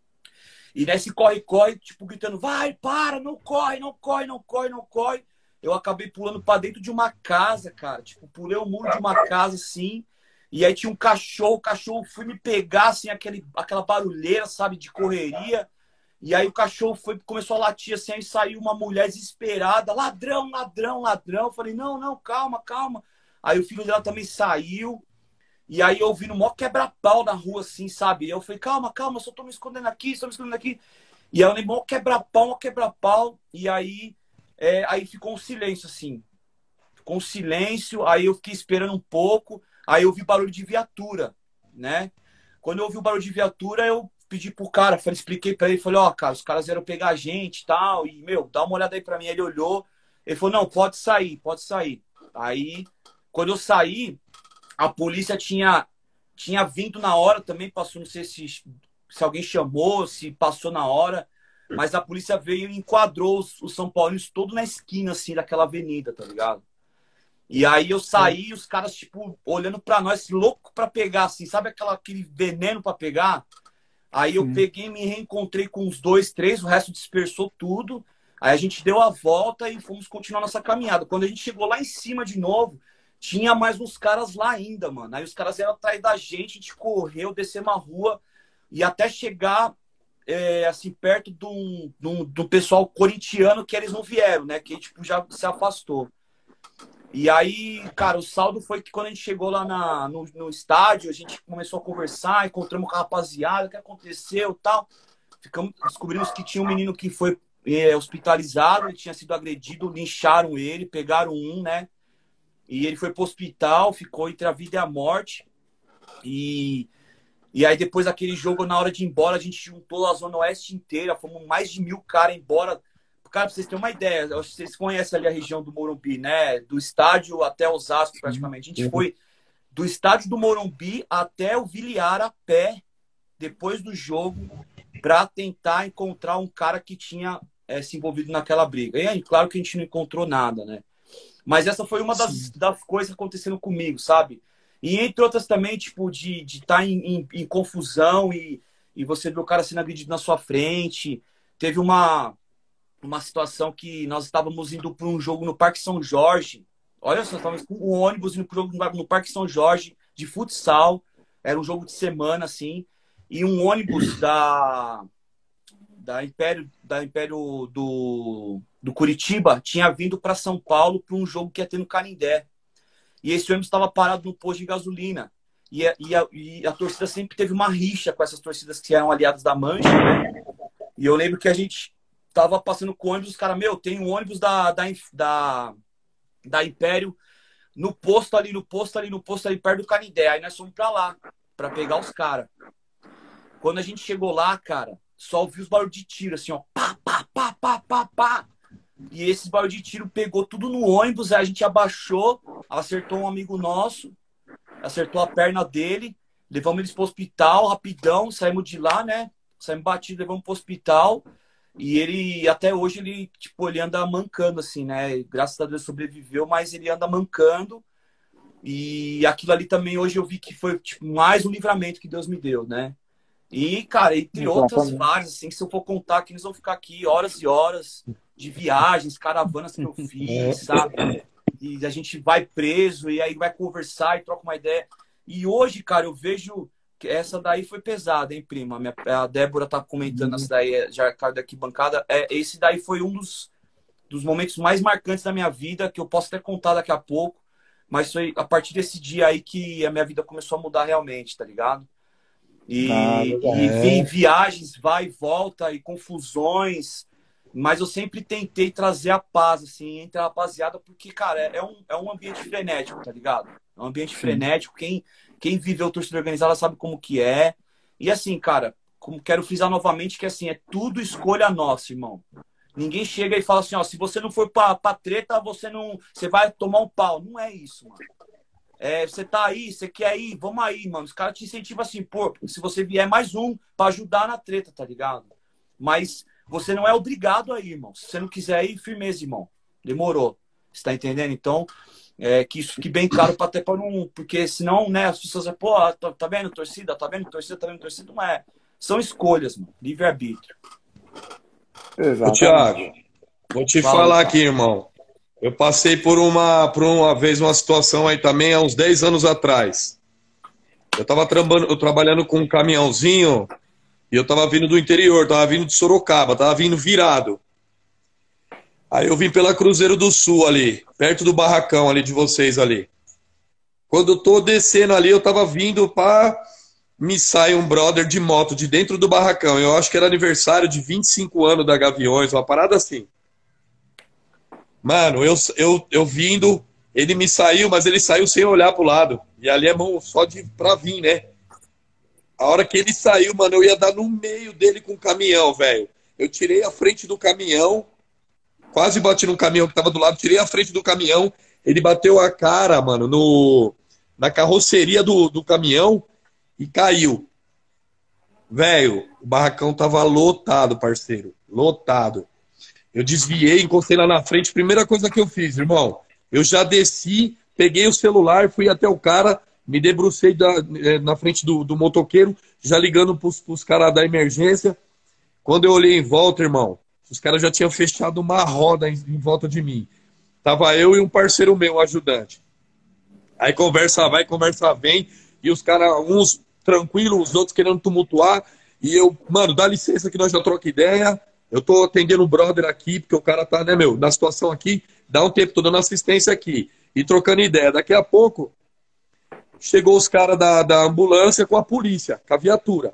Speaker 4: E nesse corre-corre, tipo, gritando, vai, para, não corre, não corre, não corre, não corre. Eu acabei pulando para dentro de uma casa, cara. Tipo, pulei o muro de uma casa, assim. E aí tinha um cachorro, o cachorro foi me pegar, assim, aquela barulheira, sabe, de correria. E aí o cachorro começou a latir, assim, aí saiu uma mulher desesperada, ladrão, ladrão, ladrão. Eu falei, não, não, calma, calma. Aí o filho dela também saiu. E aí eu vi no maior quebra-pau na rua, assim, sabe? E eu falei, calma, calma, só tô me escondendo aqui, estou me escondendo aqui. E aí eu lembro, maior quebra-pau, maior quebra-pau. E aí, aí ficou um silêncio, assim. Ficou um silêncio, aí eu fiquei esperando um pouco. Aí eu vi barulho de viatura, né? Quando eu ouvi o barulho de viatura, eu pedi pro cara, expliquei pra ele, falei, ó, cara, os caras vieram pegar a gente e tal. E, meu, dá uma olhada aí pra mim. Ele olhou, ele falou, não, pode sair, pode sair. Aí, quando eu saí, a polícia tinha vindo na hora também, passou, não sei se alguém chamou, se passou na hora, mas a polícia veio e enquadrou os São Paulinos todo na esquina, assim, daquela avenida, tá ligado? E aí eu saí, os caras, tipo, olhando pra nós, louco pra pegar, assim, sabe aquele veneno pra pegar? Aí eu peguei, me reencontrei com uns 2, 3, o resto dispersou tudo, aí a gente deu a volta e fomos continuar nossa caminhada. Quando a gente chegou lá em cima de novo, tinha mais uns caras lá ainda, mano. Aí os caras eram atrás da gente, a gente correu, descemos a rua e até chegar, assim, perto do pessoal corintiano que eles não vieram, né? Que, tipo, já se afastou. E aí, cara, o saldo foi que quando a gente chegou lá no estádio, a gente começou a conversar, encontramos com a rapaziada, o que aconteceu e tal. Descobrimos que tinha um menino que foi hospitalizado, ele tinha sido agredido, lincharam ele, pegaram né? E ele foi pro hospital, ficou entre a vida e a morte. E aí, depois daquele jogo, na hora de ir embora, a gente juntou a Zona Oeste inteira. Fomos mais de 1.000 caras embora. Cara, pra vocês terem uma ideia, eu acho que vocês conhecem ali a região do Morumbi, né? Do estádio até Osasco, praticamente. A gente foi do estádio do Morumbi até o Viliar a pé, depois do jogo, para tentar encontrar um cara que tinha se envolvido naquela briga. E aí, claro que a gente não encontrou nada, né? Mas essa foi uma das coisas acontecendo comigo, sabe? E entre outras também, tipo, de estar em confusão e você ver o cara sendo agredido na sua frente. Teve uma situação que nós estávamos indo para um jogo no Parque São Jorge. Olha só, estávamos com um ônibus indo para um jogo no Parque São Jorge de futsal. Era um jogo de semana, assim. E um ônibus da Império do Curitiba tinha vindo para São Paulo para um jogo que ia ter no Canindé. E esse ônibus estava parado no posto de gasolina. E a torcida sempre teve uma rixa com essas torcidas que eram aliadas da Mancha, né? E eu lembro que a gente tava passando com o ônibus, os caras, meu, tem um ônibus da Império no posto ali perto do Canindé. Aí nós fomos para lá, para pegar os caras. Quando a gente chegou lá, cara, só ouvi os barulhos de tiro, assim, ó. Pá, pá, pá, pá, pá, pá. E esses barulhos de tiro pegou tudo no ônibus, aí a gente abaixou, acertou um amigo nosso, acertou a perna dele, levamos eles pro hospital, rapidão, saímos de lá, né? Saímos batidos, levamos pro hospital. E ele, até hoje, ele anda mancando, assim, né? Graças a Deus sobreviveu, mas ele anda mancando. E aquilo ali também, hoje eu vi que foi, tipo, mais um livramento que Deus me deu, né? E, cara, entre outras várias, assim, que se eu for contar aqui, nós vamos ficar aqui horas e horas de viagens, caravanas que eu fiz, sabe? E a gente vai preso, e aí vai conversar e troca uma ideia. E hoje, cara, eu vejo que essa daí foi pesada, hein, prima? A Débora tá comentando essa daí, já caiu daqui bancada. Esse daí foi um dos momentos mais marcantes da minha vida, que eu posso até contar daqui a pouco, mas foi a partir desse dia aí que a minha vida começou a mudar realmente, tá ligado? E vim viagens, vai e volta, e confusões, mas eu sempre tentei trazer a paz, assim, entre a rapaziada, porque, cara, é um ambiente frenético, tá ligado? É um ambiente frenético, quem viveu torcida organizada sabe como que é. E assim, cara, como quero frisar novamente que assim, é tudo escolha nossa, irmão. Ninguém chega e fala assim, ó, se você não for pra treta, você vai tomar um pau. Não é isso, mano. Você tá aí, você quer ir, vamos aí, mano. Os caras te incentivam assim, pô, se você vier mais um pra ajudar na treta, tá ligado? Mas você não é obrigado a ir, irmão. Se você não quiser ir, firmeza, irmão. Demorou. Você tá entendendo? Então, que isso fique bem claro até para não... Porque senão, né, as pessoas vão, pô, tá vendo torcida? Tá vendo torcida? Tá vendo torcida? Não é. São escolhas, mano. Livre-arbítrio.
Speaker 3: Ô, Thiago, vou te falar aqui, irmão. Eu passei por uma vez uma situação aí também, há uns 10 anos atrás. Eu tava trabalhando com um caminhãozinho e eu tava vindo do interior, tava vindo de Sorocaba, tava vindo virado. Aí eu vim pela Cruzeiro do Sul ali, perto do barracão ali de vocês ali. Quando eu tô descendo ali, eu tava vindo me sai um brother de moto de dentro do barracão. Eu acho que era aniversário de 25 anos da Gaviões, uma parada assim. Mano, eu vindo, ele me saiu, mas ele saiu sem olhar pro lado. E ali é mão só pra vir, né? A hora que ele saiu, mano, eu ia dar no meio dele com o caminhão, velho. Eu tirei a frente do caminhão, quase bati no caminhão que tava do lado, tirei a frente do caminhão, ele bateu a cara, mano, na carroceria do caminhão e caiu. Velho, o barracão tava lotado, parceiro. Lotado. Eu desviei, encostei lá na frente. Primeira coisa que eu fiz, irmão, eu já desci, peguei o celular, fui até o cara, me debrucei na frente do motoqueiro, já ligando pros caras da emergência. Quando eu olhei em volta, irmão, os caras já tinham fechado uma roda em volta de mim. Tava eu e um parceiro meu, um ajudante. Aí conversa vai, conversa vem, e os caras, uns tranquilos, os outros querendo tumultuar. E eu, mano, dá licença que nós já troca ideia. Eu tô atendendo o brother aqui, porque o cara tá, né, meu, na situação aqui, dá um tempo, tô dando assistência aqui. E trocando ideia. Daqui a pouco, chegou os caras da ambulância com a polícia, com a viatura.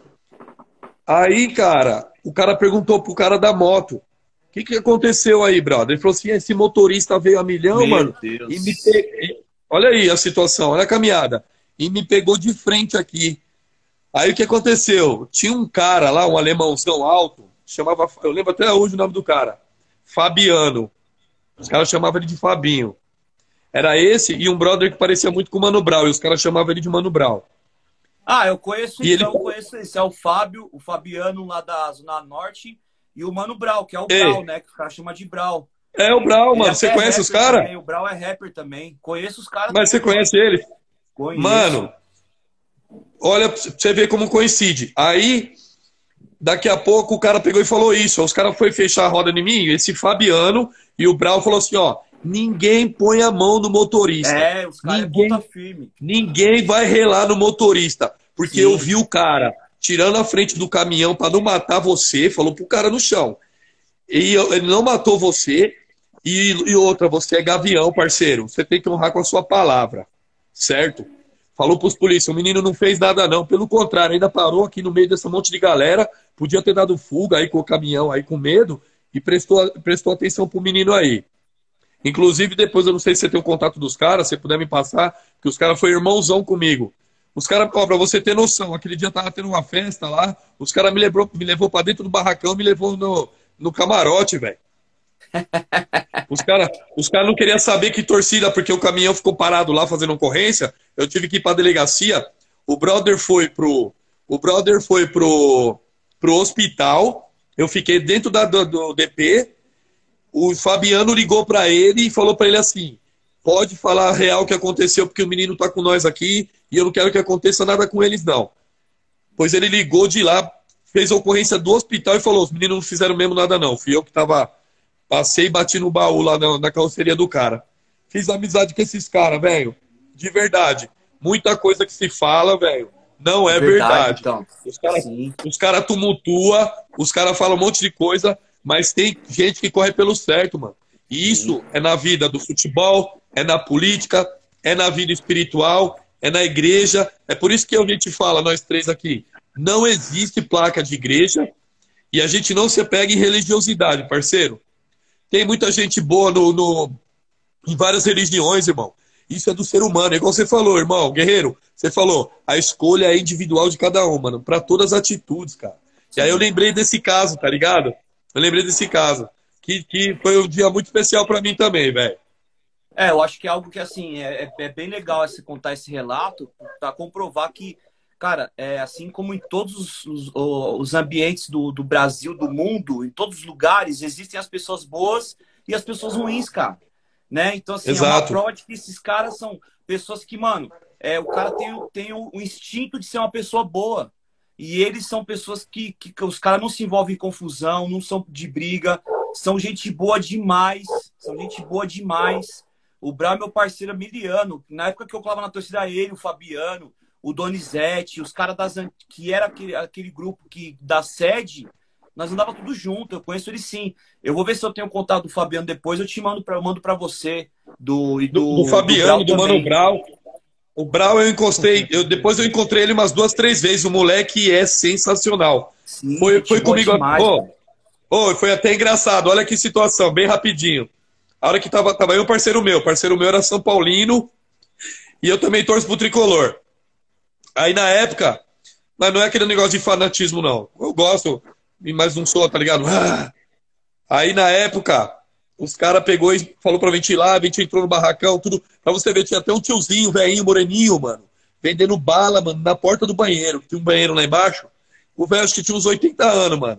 Speaker 3: Aí, cara, o cara perguntou pro cara da moto, o que aconteceu aí, brother? Ele falou assim, esse motorista veio a milhão, meu mano,
Speaker 4: Deus.
Speaker 3: e me pegou. Olha aí a situação, olha a caminhada. E me pegou de frente aqui. Aí o que aconteceu? Tinha um cara lá, um alemãozão alto, chamava, eu lembro até hoje o nome do cara, Fabiano. Os caras chamavam ele de Fabinho. Era esse e um brother que parecia muito com o Mano Brown, e os caras chamavam ele de Mano Brown.
Speaker 4: Ah, eu conheço,
Speaker 3: E
Speaker 4: então, conheço esse. É o Fábio, o Fabiano lá da Zona Norte e o Mano Brown, que é o Brown, né? Que o cara chama de Brown.
Speaker 3: É o Brown, mano.
Speaker 4: Ele
Speaker 3: Você
Speaker 4: até é
Speaker 3: conhece os
Speaker 4: rapper
Speaker 3: caras?
Speaker 4: também, o Brown é rapper também. Conheço os caras.
Speaker 3: Mas você conhece ele?
Speaker 4: Conheço.
Speaker 3: Mano, olha pra você ver como coincide. Aí, daqui a pouco, o cara pegou e falou isso. Os caras foram fechar a roda em mim, esse Fabiano, e o Brown falou assim, ó, ninguém põe a mão no motorista.
Speaker 4: Os caras ponta firme.
Speaker 3: Ninguém vai relar no motorista. Porque
Speaker 4: Sim.
Speaker 3: eu vi o cara tirando a frente do caminhão para não matar você, falou pro cara no chão. E ele não matou você. E outra, você é gavião, parceiro. Você tem que honrar com a sua palavra. Certo? Falou pros polícias, o menino não fez nada não. Pelo contrário, ainda parou aqui no meio dessa monte de galera. Podia ter dado fuga aí com o caminhão, aí com medo. E prestou atenção pro menino aí. Inclusive, depois, eu não sei se você tem o contato dos caras, se você puder me passar, que os caras foram irmãozão comigo. Os caras, pra você ter noção, aquele dia tava tendo uma festa lá, os caras me levou pra dentro do barracão, me levou no camarote, velho. Os cara não queriam saber que torcida, porque o caminhão ficou parado lá fazendo ocorrência, eu tive que ir pra delegacia, o brother foi pro hospital, eu fiquei dentro do DP, o Fabiano ligou pra ele e falou pra ele assim, pode falar a real que aconteceu, porque o menino tá com nós aqui e eu não quero que aconteça nada com eles, não. Pois ele ligou de lá, fez a ocorrência do hospital e falou, os meninos não fizeram mesmo nada, não. Fui eu que passei e bati no baú lá na carroceria do cara. Fiz amizade com esses caras, velho. De verdade. Muita coisa que se fala, velho, não é verdade.
Speaker 4: Então.
Speaker 3: Os caras tumultuam, os caras falam um monte de coisa, mas tem gente que corre pelo certo, mano. E isso é na vida do futebol, é na política, é na vida espiritual, é na igreja. É por isso que a gente fala, nós três aqui, não existe placa de igreja e a gente não se apega em religiosidade, parceiro. Tem muita gente boa em várias religiões, irmão. Isso é do ser humano. É igual você falou, irmão, guerreiro. Você falou, a escolha é individual de cada um, mano. Pra todas as atitudes, cara. E aí eu lembrei desse caso, tá ligado? Eu lembrei desse caso. Que foi um dia muito especial pra mim também, velho.
Speaker 4: Eu acho que é algo que, assim, é bem legal você contar esse relato pra comprovar que, cara, assim como em todos os ambientes do Brasil, do mundo, em todos os lugares, existem as pessoas boas e as pessoas ruins, cara. Né? Então, assim,
Speaker 3: Exato.
Speaker 4: É uma prova de que esses caras são pessoas que, mano, o cara tem o instinto de ser uma pessoa boa. E eles são pessoas que os caras não se envolvem em confusão, não são de briga, são gente boa demais. São gente boa demais. O Brau é meu parceiro miliano. Na época que eu colava na torcida, ele, o Fabiano, o Donizete, os caras que era aquele grupo da sede, nós andava tudo junto. Eu conheço ele sim. Eu vou ver se eu tenho contato do Fabiano depois, eu te mando pra você. Do
Speaker 3: Fabiano, do Mano
Speaker 4: também.
Speaker 3: Brau. O Brau eu encostei, depois eu encontrei ele umas 2, 3 vezes. O moleque é sensacional.
Speaker 4: Sim,
Speaker 3: Foi comigo.
Speaker 4: Demais,
Speaker 3: foi até engraçado. Olha que situação, bem rapidinho. A hora que tava aí um parceiro meu era São Paulino e eu também torço pro Tricolor. Aí na época, mas não é aquele negócio de fanatismo, não. Eu gosto, mas não sou, tá ligado? Aí na época, os caras pegou e falou pra gente ir lá, a gente entrou no barracão, tudo. Pra você ver, tinha até um tiozinho, velhinho, moreninho, mano, vendendo bala, mano, na porta do banheiro. Tinha um banheiro lá embaixo. O velho acho que tinha uns 80 anos, mano.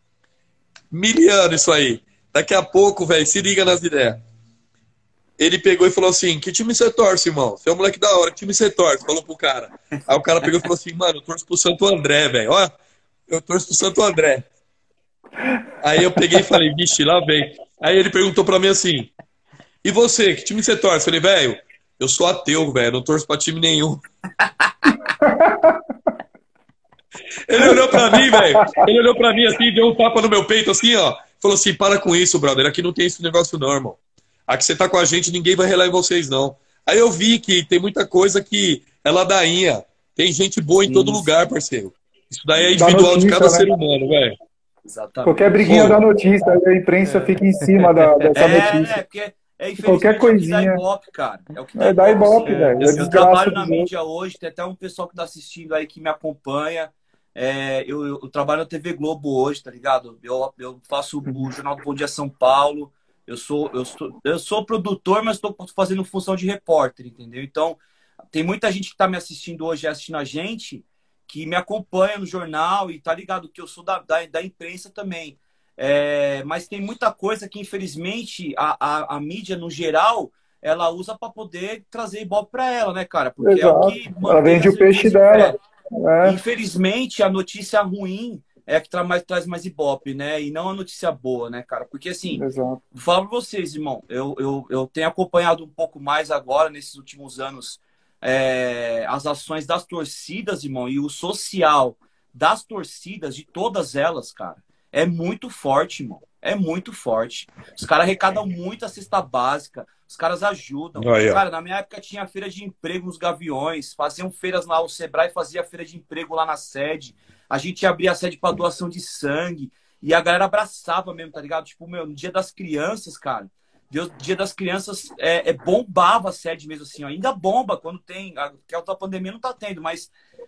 Speaker 3: Miliano isso aí. Daqui a pouco, velho, se liga nas ideias. Ele pegou e falou assim, que time você torce, irmão? Você é um moleque da hora, que time você torce? Falou pro cara. Aí o cara pegou e falou assim, mano, eu torço pro Santo André, velho. Olha, eu torço pro Santo André. Aí eu peguei e falei, vixe, lá vem. Aí ele perguntou pra mim assim, e você, que time você torce? Eu falei, velho, eu sou ateu, velho, não torço pra time nenhum. Ele olhou pra mim, velho. Ele olhou pra mim assim, deu um tapa no meu peito assim, ó. Falou assim, para com isso, brother. Aqui não tem esse negócio não, irmão. Aqui você tá com a gente, ninguém vai relar em vocês, não. Aí eu vi que tem muita coisa que é ladainha. Tem gente boa em todo lugar, parceiro. Isso daí é individual de cada ser humano, velho.
Speaker 4: Exatamente.
Speaker 2: Qualquer briguinha da notícia, a imprensa fica em cima dessa notícia.
Speaker 4: Porque
Speaker 2: qualquer coisinha.
Speaker 4: É o que dá Ibope, cara. É o que
Speaker 2: dá Ibope, velho.
Speaker 4: Eu trabalho na mídia hoje, tem até um pessoal que tá assistindo aí que me acompanha. Eu trabalho na TV Globo hoje, tá ligado? Eu faço o Jornal do Bom Dia São Paulo. Eu sou produtor, mas estou fazendo função de repórter, entendeu? Então, tem muita gente que tá me assistindo hoje, assistindo a gente, que me acompanha no jornal e tá ligado que eu sou da imprensa também. Mas tem muita coisa que, infelizmente, a mídia, no geral, ela usa para poder trazer Ibope para ela, né, cara? Porque
Speaker 2: Exato.
Speaker 4: É o que
Speaker 2: ela vende o peixe dela.
Speaker 4: Infelizmente, a notícia ruim é a que traz mais Ibope, né? E não a notícia boa, né, cara? Porque, assim, vou falar pra vocês, irmão, eu tenho acompanhado um pouco mais agora, nesses últimos anos, as ações das torcidas, irmão, e o social das torcidas, de todas elas, cara, é muito forte, irmão. É muito forte. Os caras arrecadam muito a cesta básica, os caras ajudam. Cara, na minha época tinha feira de emprego nos Gaviões, faziam feiras lá, o Sebrae fazia feira de emprego lá na sede, a gente abria a sede para doação de sangue, e a galera abraçava mesmo, tá ligado? Tipo, no Dia das Crianças, cara, Dia das Crianças bombava a sede mesmo assim, ó. Ainda bomba quando tem, que a outra pandemia não tá tendo, mas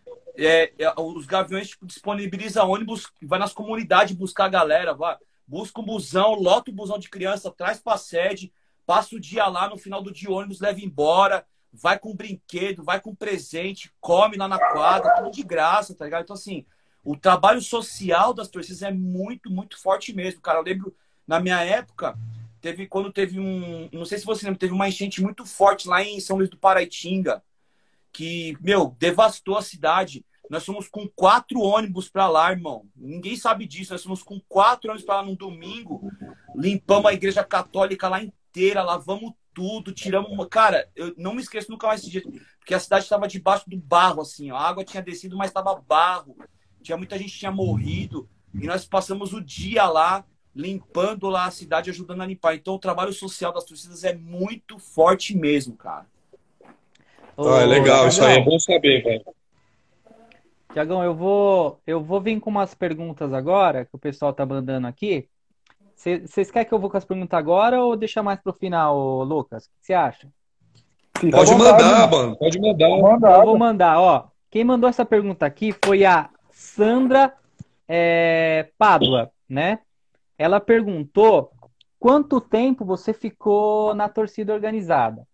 Speaker 4: os Gaviões tipo, disponibilizam ônibus, vai nas comunidades buscar a galera, busca um busão, lota o busão de criança, traz pra sede, passa o dia lá, no final do dia o ônibus leva embora, vai com brinquedo, vai com presente, come lá na quadra, tudo de graça, tá ligado? Então, assim, o trabalho social das torcidas é muito, muito forte mesmo, cara. Eu lembro, na minha época, quando teve não sei se você lembra, teve uma enchente muito forte lá em São Luís do Paraitinga, que, devastou a cidade. Nós fomos com 4 ônibus pra lá, irmão. Ninguém sabe disso. Nós fomos com 4 ônibus pra lá num domingo. Limpamos a igreja católica lá inteira, lavamos tudo, tiramos uma... Cara, eu não me esqueço nunca mais desse dia, porque a cidade estava debaixo do barro, assim, ó. A água tinha descido, mas estava barro. Muita gente tinha morrido. E nós passamos o dia lá limpando lá a cidade, ajudando a limpar. Então o trabalho social das torcidas é muito forte mesmo, cara.
Speaker 3: Ah, é
Speaker 1: Ô,
Speaker 3: legal, isso aí é
Speaker 1: Tiagão,
Speaker 3: bom saber, velho.
Speaker 1: Tiagão, eu vou vir com umas perguntas agora que o pessoal tá mandando aqui. Vocês querem que eu vou com as perguntas agora ou deixar mais pro final, ô, Lucas? O que você acha?
Speaker 2: Fica à
Speaker 3: Pode
Speaker 2: vontade,
Speaker 3: mandar, mano, pode mandar.
Speaker 1: Então eu vou
Speaker 2: mandado.
Speaker 1: mandar, ó. Quem mandou essa pergunta aqui foi a Sandra Pádua, né? Ela perguntou quanto tempo você ficou na torcida organizada.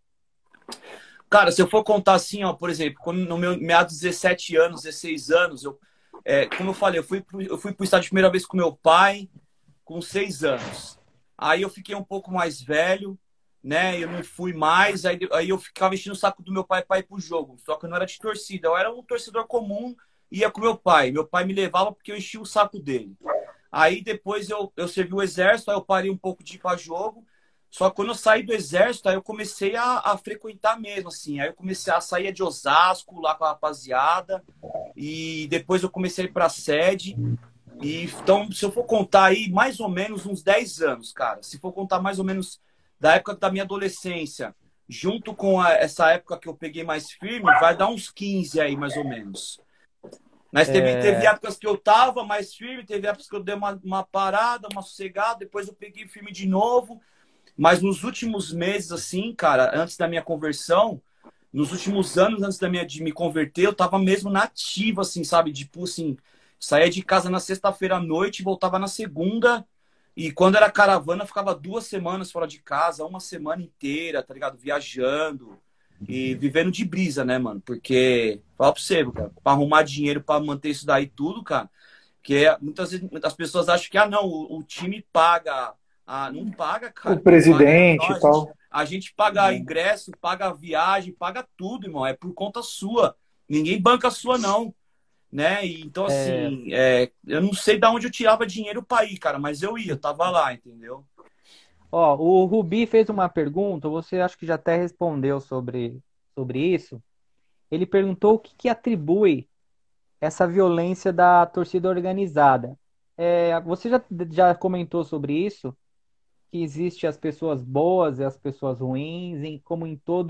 Speaker 4: Cara, se eu for contar assim, ó, por exemplo, quando no meu meados de 17 anos, 16 anos, como eu falei, eu fui pro estádio a primeira vez com meu pai, com 6 anos. Aí eu fiquei um pouco mais velho, né? Eu não fui mais, aí eu ficava enchendo o saco do meu pai para ir pro jogo. Só que eu não era de torcida, eu era um torcedor comum, ia com meu pai. Meu pai me levava porque eu enchia o saco dele. Aí depois eu servi o exército, aí eu parei um pouco de ir para jogo. Só que quando eu saí do exército, aí eu comecei a frequentar mesmo, assim. Aí eu comecei a sair de Osasco lá com a rapaziada. E depois eu comecei a ir pra sede. E, então, se eu for contar aí, mais ou menos uns 10 anos, cara. Se for contar mais ou menos da época da minha adolescência, junto com essa época que eu peguei mais firme, vai dar uns 15 aí, mais ou menos. Mas teve épocas que eu tava mais firme, teve épocas que eu dei uma parada, uma sossegada, depois eu peguei firme de novo. Mas nos últimos meses, assim, cara, antes da minha conversão, nos últimos anos antes de me converter, eu tava mesmo na ativa, assim, sabe? Tipo, assim, saía de casa na sexta-feira à noite e voltava na segunda. E quando era caravana, eu ficava 2 semanas fora de casa, uma semana inteira, tá ligado? Viajando e vivendo de brisa, né, mano? Porque, fala pra você, cara, pra arrumar dinheiro pra manter isso daí tudo, cara, que muitas vezes as pessoas acham que, não, o time paga. Não paga, cara.
Speaker 2: O
Speaker 4: Quem paga é
Speaker 2: presidente e
Speaker 4: nós.
Speaker 2: tal.
Speaker 4: A gente paga ingresso, paga viagem, paga tudo, irmão. É por conta sua. Ninguém banca a sua, não. Né? E, então, assim, eu não sei de onde eu tirava dinheiro pra ir, cara, mas eu ia, eu tava lá, entendeu?
Speaker 1: Ó, o Rubi fez uma pergunta, você acho que já até respondeu sobre isso. Ele perguntou o que atribui essa violência da torcida organizada. Você já comentou sobre isso? Que existe as pessoas boas e as pessoas ruins, como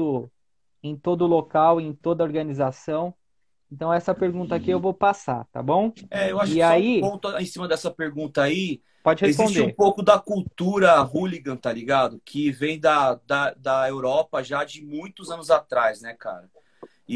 Speaker 1: em todo local, em toda organização. Então, essa pergunta aqui eu vou passar, tá bom?
Speaker 4: Eu acho
Speaker 1: E
Speaker 4: que só um
Speaker 1: aí,
Speaker 4: ponto em cima dessa pergunta aí,
Speaker 1: pode
Speaker 4: existe um
Speaker 1: responder.
Speaker 4: pouco da cultura hooligan, tá ligado? Que vem da Europa já de muitos anos atrás, né, cara? E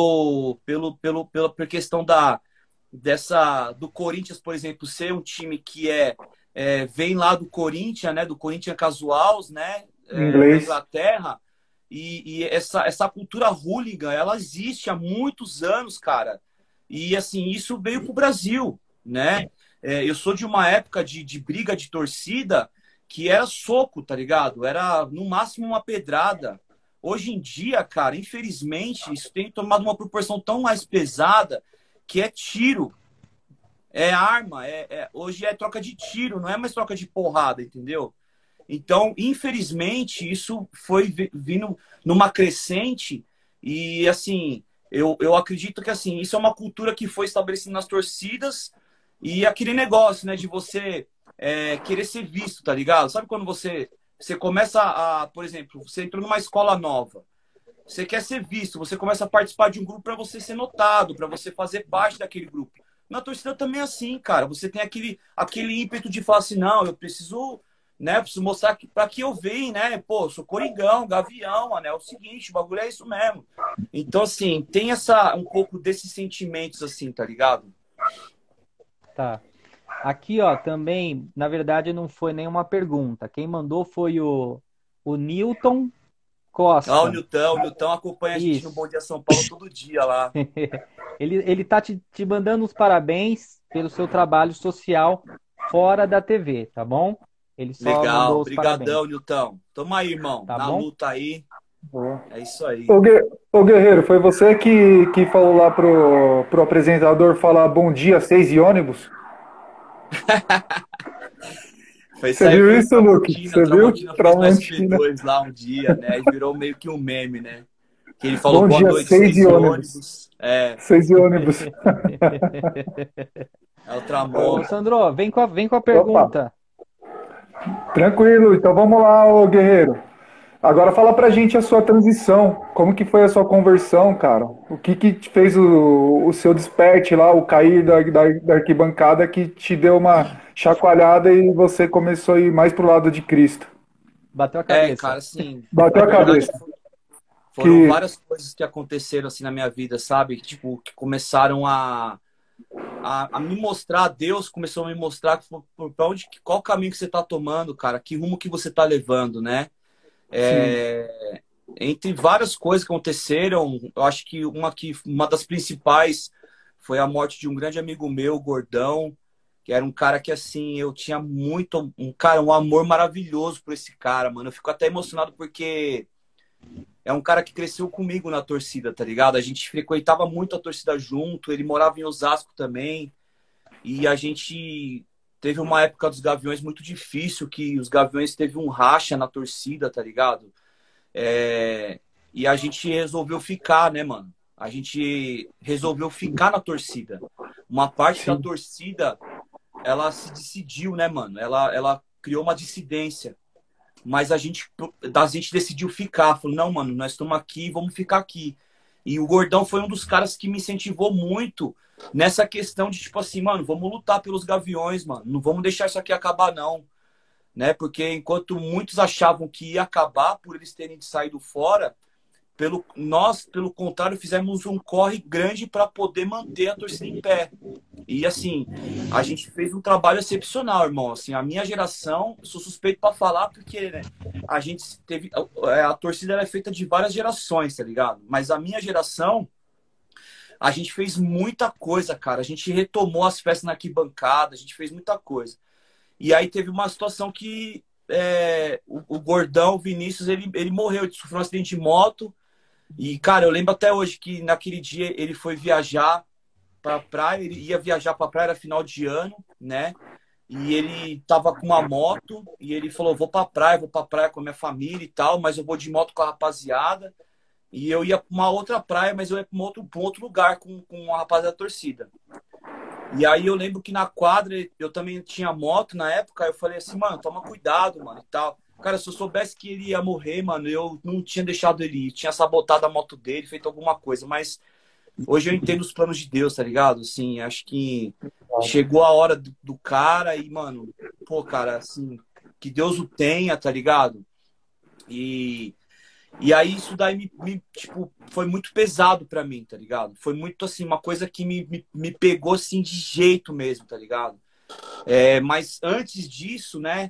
Speaker 4: pela questão do Corinthians, por exemplo, ser um time que vem lá do Corinthians, né? Do Corinthians Casuals, né? Da
Speaker 2: Inglês.
Speaker 4: Inglaterra. E essa cultura hooligan, ela existe há muitos anos, cara. E assim, isso veio pro Brasil, né? Eu sou de uma época de briga de torcida que era soco, tá ligado? Era no máximo uma pedrada. Hoje em dia, cara, infelizmente, isso tem tomado uma proporção tão mais pesada que é tiro, é arma, hoje é troca de tiro, não é mais troca de porrada, entendeu? Então, infelizmente, isso foi vindo numa crescente e, assim, eu acredito que, assim, isso é uma cultura que foi estabelecida nas torcidas e aquele negócio, né, de você querer ser visto, tá ligado? Sabe quando você começa por exemplo, você entrou numa escola nova, você quer ser visto, você começa a participar de um grupo para você ser notado, para você fazer parte daquele grupo. Na torcida também é assim, cara. Você tem aquele ímpeto de falar assim, não, eu preciso, né? Eu preciso mostrar para que eu venho, né? Pô, eu sou Coringão, Gavião, mano. É o seguinte, o bagulho é isso mesmo. Então, assim, tem um pouco desses sentimentos, assim, tá ligado?
Speaker 1: Tá. Aqui, ó, também, na verdade, não foi nenhuma pergunta. Quem mandou foi o Newton
Speaker 4: O
Speaker 1: Costa.
Speaker 4: Nilton acompanha a gente no Bom
Speaker 1: Isso.
Speaker 4: Dia São Paulo todo dia lá.
Speaker 1: Ele tá te mandando os parabéns pelo seu trabalho social fora da TV, tá bom? Ele só
Speaker 4: Legal,
Speaker 1: mandou os parabéns,
Speaker 4: brigadão, Nilton. Tamo aí, irmão.
Speaker 1: tá
Speaker 4: Na
Speaker 1: bom?
Speaker 4: luta aí.
Speaker 2: Boa.
Speaker 4: É isso aí.
Speaker 2: Ô Guerreiro, foi você que falou lá pro apresentador falar bom dia, 6 e ônibus?
Speaker 4: Isso
Speaker 2: Você
Speaker 4: aí
Speaker 2: viu
Speaker 4: foi o
Speaker 2: isso, Luke?
Speaker 4: Tramontina. O
Speaker 2: Você viu?
Speaker 4: Tramontina fez no
Speaker 2: Tramontina.
Speaker 4: SP2 lá um dia, né? E virou meio que um meme, né? Que ele falou
Speaker 2: Bom
Speaker 4: boa
Speaker 2: dia,
Speaker 4: noite,
Speaker 2: 6 e
Speaker 4: 6 e
Speaker 2: ônibus.
Speaker 4: ônibus.
Speaker 2: 6 e ônibus.
Speaker 4: É o
Speaker 1: Ô,
Speaker 4: Tramonta.
Speaker 1: Sandro, vem com a
Speaker 2: Opa.
Speaker 1: pergunta.
Speaker 2: Tranquilo, então vamos lá, ô guerreiro. Agora fala pra gente a sua transição. Como que foi a sua conversão, cara? O que que te fez o seu desperte lá, o cair da arquibancada que te deu uma chacoalhada e você começou a ir mais pro lado de Cristo?
Speaker 1: Bateu a
Speaker 4: Cara,
Speaker 1: cabeça.
Speaker 4: assim,
Speaker 2: Bateu
Speaker 4: na
Speaker 2: a
Speaker 4: verdade
Speaker 2: cabeça.
Speaker 4: foram
Speaker 2: Que
Speaker 4: várias coisas que aconteceram assim na minha vida, sabe? Tipo, que começaram a me mostrar, a Deus começou a me mostrar pra onde, qual caminho que você tá tomando, cara, que rumo que você tá levando, né?
Speaker 2: sim,
Speaker 4: É, entre várias coisas que aconteceram, eu acho que uma das principais foi a morte de um grande amigo meu, o Gordão, que era um cara que assim, eu tinha muito, um amor maravilhoso por esse cara, mano. Eu fico até emocionado porque é um cara que cresceu comigo na torcida, tá ligado? A gente frequentava muito a torcida junto, ele morava em Osasco também, e a gente teve uma época dos Gaviões muito difícil, que os Gaviões teve um racha na torcida, tá ligado? É, e a gente resolveu ficar, né, mano? A gente resolveu ficar na torcida. Uma parte da
Speaker 2: sim,
Speaker 4: torcida, ela se decidiu, né, mano? Ela criou uma dissidência. Mas a gente decidiu ficar. Falou, não, mano, nós estamos aqui, vamos ficar aqui. E o Gordão foi um dos caras que me incentivou muito nessa questão de, tipo assim, mano, vamos lutar pelos Gaviões, mano. Não vamos deixar isso aqui acabar, não, né? Porque enquanto muitos achavam que ia acabar por eles terem saído fora, pelo contrário, fizemos um corre grande para poder manter a torcida em pé. E assim, a gente fez um trabalho excepcional, irmão. Assim, a minha geração, sou suspeito para falar porque, né, a gente teve a torcida é feita de várias gerações, tá ligado? Mas a minha geração, a gente fez muita coisa, cara. A gente retomou as festas na arquibancada, a gente fez muita coisa. E aí teve uma situação que o Gordão, o Vinícius, ele morreu, ele sofreu um acidente de moto. E, cara, eu lembro até hoje que naquele dia ele foi viajar pra praia, ele ia viajar pra praia, era final de ano, né? E ele tava com uma moto e ele falou: vou pra praia com a minha família e tal, mas eu vou de moto com a rapaziada. E eu ia pra uma outra praia, mas eu ia pra um outro lugar com a rapaziada da torcida. E aí eu lembro que na quadra eu também tinha moto na época, eu falei assim, mano, toma cuidado, mano, e tal. Cara, se eu soubesse que ele ia morrer, mano, eu não tinha deixado ele ir, tinha sabotado a moto dele, feito alguma coisa, mas hoje eu entendo os planos de Deus, tá ligado? Assim, acho que chegou a hora do cara e, mano, pô, cara, assim, que Deus o tenha, tá ligado? E e aí isso daí tipo, foi muito pesado pra mim, tá ligado? Foi muito assim, uma coisa que me pegou assim de jeito mesmo, tá ligado? Mas antes disso, né,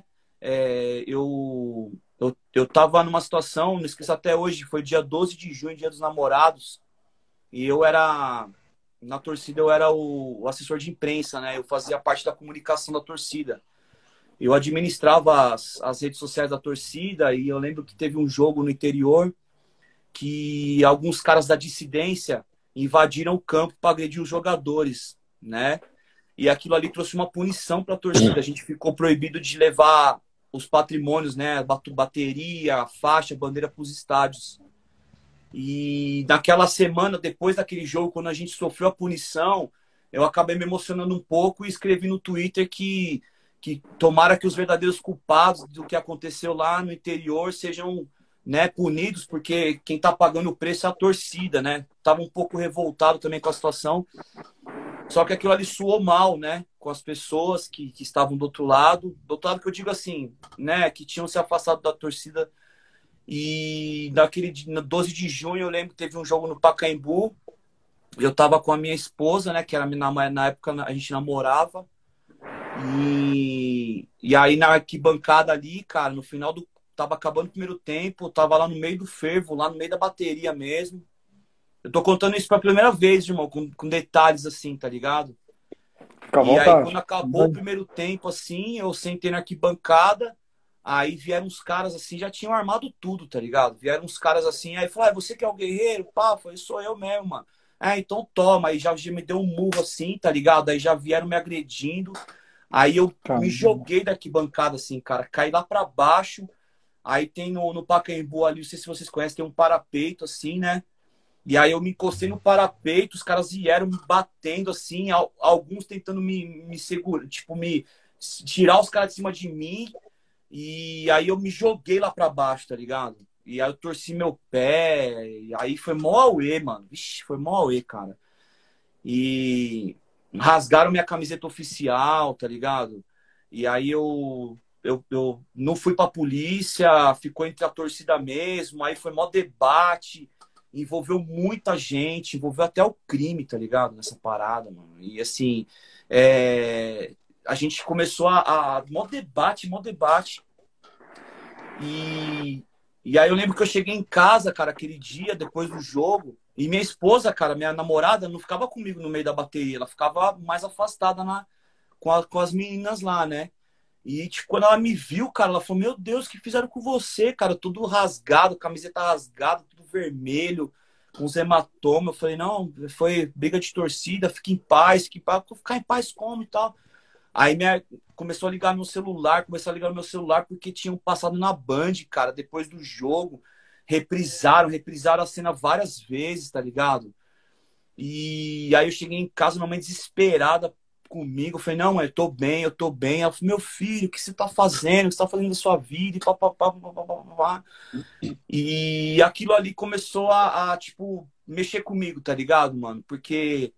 Speaker 4: eu tava numa situação, não esqueço até hoje, foi dia 12 de junho, dia dos namorados, e na torcida eu era o assessor de imprensa, né? Eu fazia parte da comunicação da torcida. Eu administrava as redes sociais da torcida e eu lembro que teve um jogo no interior que alguns caras da dissidência invadiram o campo para agredir os jogadores, né? E aquilo ali trouxe uma punição para a torcida. A gente ficou proibido de levar os patrimônios, né? Bateria, faixa, bandeira para os estádios. E naquela semana, depois daquele jogo, quando a gente sofreu a punição, eu acabei me emocionando um pouco e escrevi no Twitter que tomara que os verdadeiros culpados do que aconteceu lá no interior sejam, né, punidos, porque quem está pagando o preço é a torcida, né? Tava um pouco revoltado também com a situação, só que aquilo ali soou mal, né? Com as pessoas que estavam do outro lado que eu digo assim, né? Que tinham se afastado da torcida. E no 12 de junho eu lembro que teve um jogo no Pacaembu. Eu tava com a minha esposa, né? Que era na época a gente namorava. E aí na arquibancada ali, cara, no final do. Tava acabando o primeiro tempo, tava lá no meio do fervo, lá no meio da bateria mesmo. Eu tô contando isso pela primeira vez, irmão, com detalhes assim, tá ligado?
Speaker 2: fica à
Speaker 4: E aí,
Speaker 2: vontade.
Speaker 4: quando acabou o primeiro tempo, assim, eu sentei na arquibancada, aí vieram uns caras assim, já tinham armado tudo, tá ligado? Vieram uns caras assim, aí falaram, você que é o guerreiro? Pá, eu falei, sou eu mesmo, mano. Então toma, aí já me deu um murro assim, tá ligado? Aí já vieram me agredindo. Aí eu me
Speaker 2: Caramba.
Speaker 4: joguei da arquibancada, assim, cara, caí lá pra baixo. Aí tem no Pacaembu ali, não sei se vocês conhecem, tem um parapeito, assim, né? E aí eu me encostei no parapeito, os caras vieram me batendo, assim, alguns tentando me segurar, tipo, me tirar os caras de cima de mim. E aí eu me joguei lá pra baixo, tá ligado? E aí eu torci meu pé, e aí foi mó auê, mano. Vixe, foi mó auê, cara. E rasgaram minha camiseta oficial, tá ligado? E aí eu não fui pra polícia, ficou entre a torcida mesmo, aí foi mó debate, envolveu muita gente, envolveu até o crime, tá ligado? Nessa parada, mano. E assim, a gente começou mó debate, mó debate. E aí eu lembro que eu cheguei em casa, cara, aquele dia, depois do jogo, e minha esposa, cara, minha namorada, não ficava comigo no meio da bateria, ela ficava mais afastada com as meninas lá, né? E, tipo, quando ela me viu, cara, ela falou, meu Deus, o que fizeram com você, cara? Tudo rasgado, camiseta rasgada, tudo vermelho, com os hematomas. Eu falei, não, foi briga de torcida, fica em paz, fica em paz. Eu, ficar em paz como e tal? Aí começou a ligar meu celular, porque tinham passado na Band, cara, depois do jogo. Reprisaram a cena várias vezes, tá ligado? E aí eu cheguei em casa, minha mãe desesperada comigo. Eu falei, não, mãe, eu tô bem, eu tô bem. Ela falou, meu filho, o que você tá fazendo? O que você tá fazendo da sua vida? E papapá, papapá. E aquilo ali começou tipo, mexer comigo, tá ligado, mano? Porque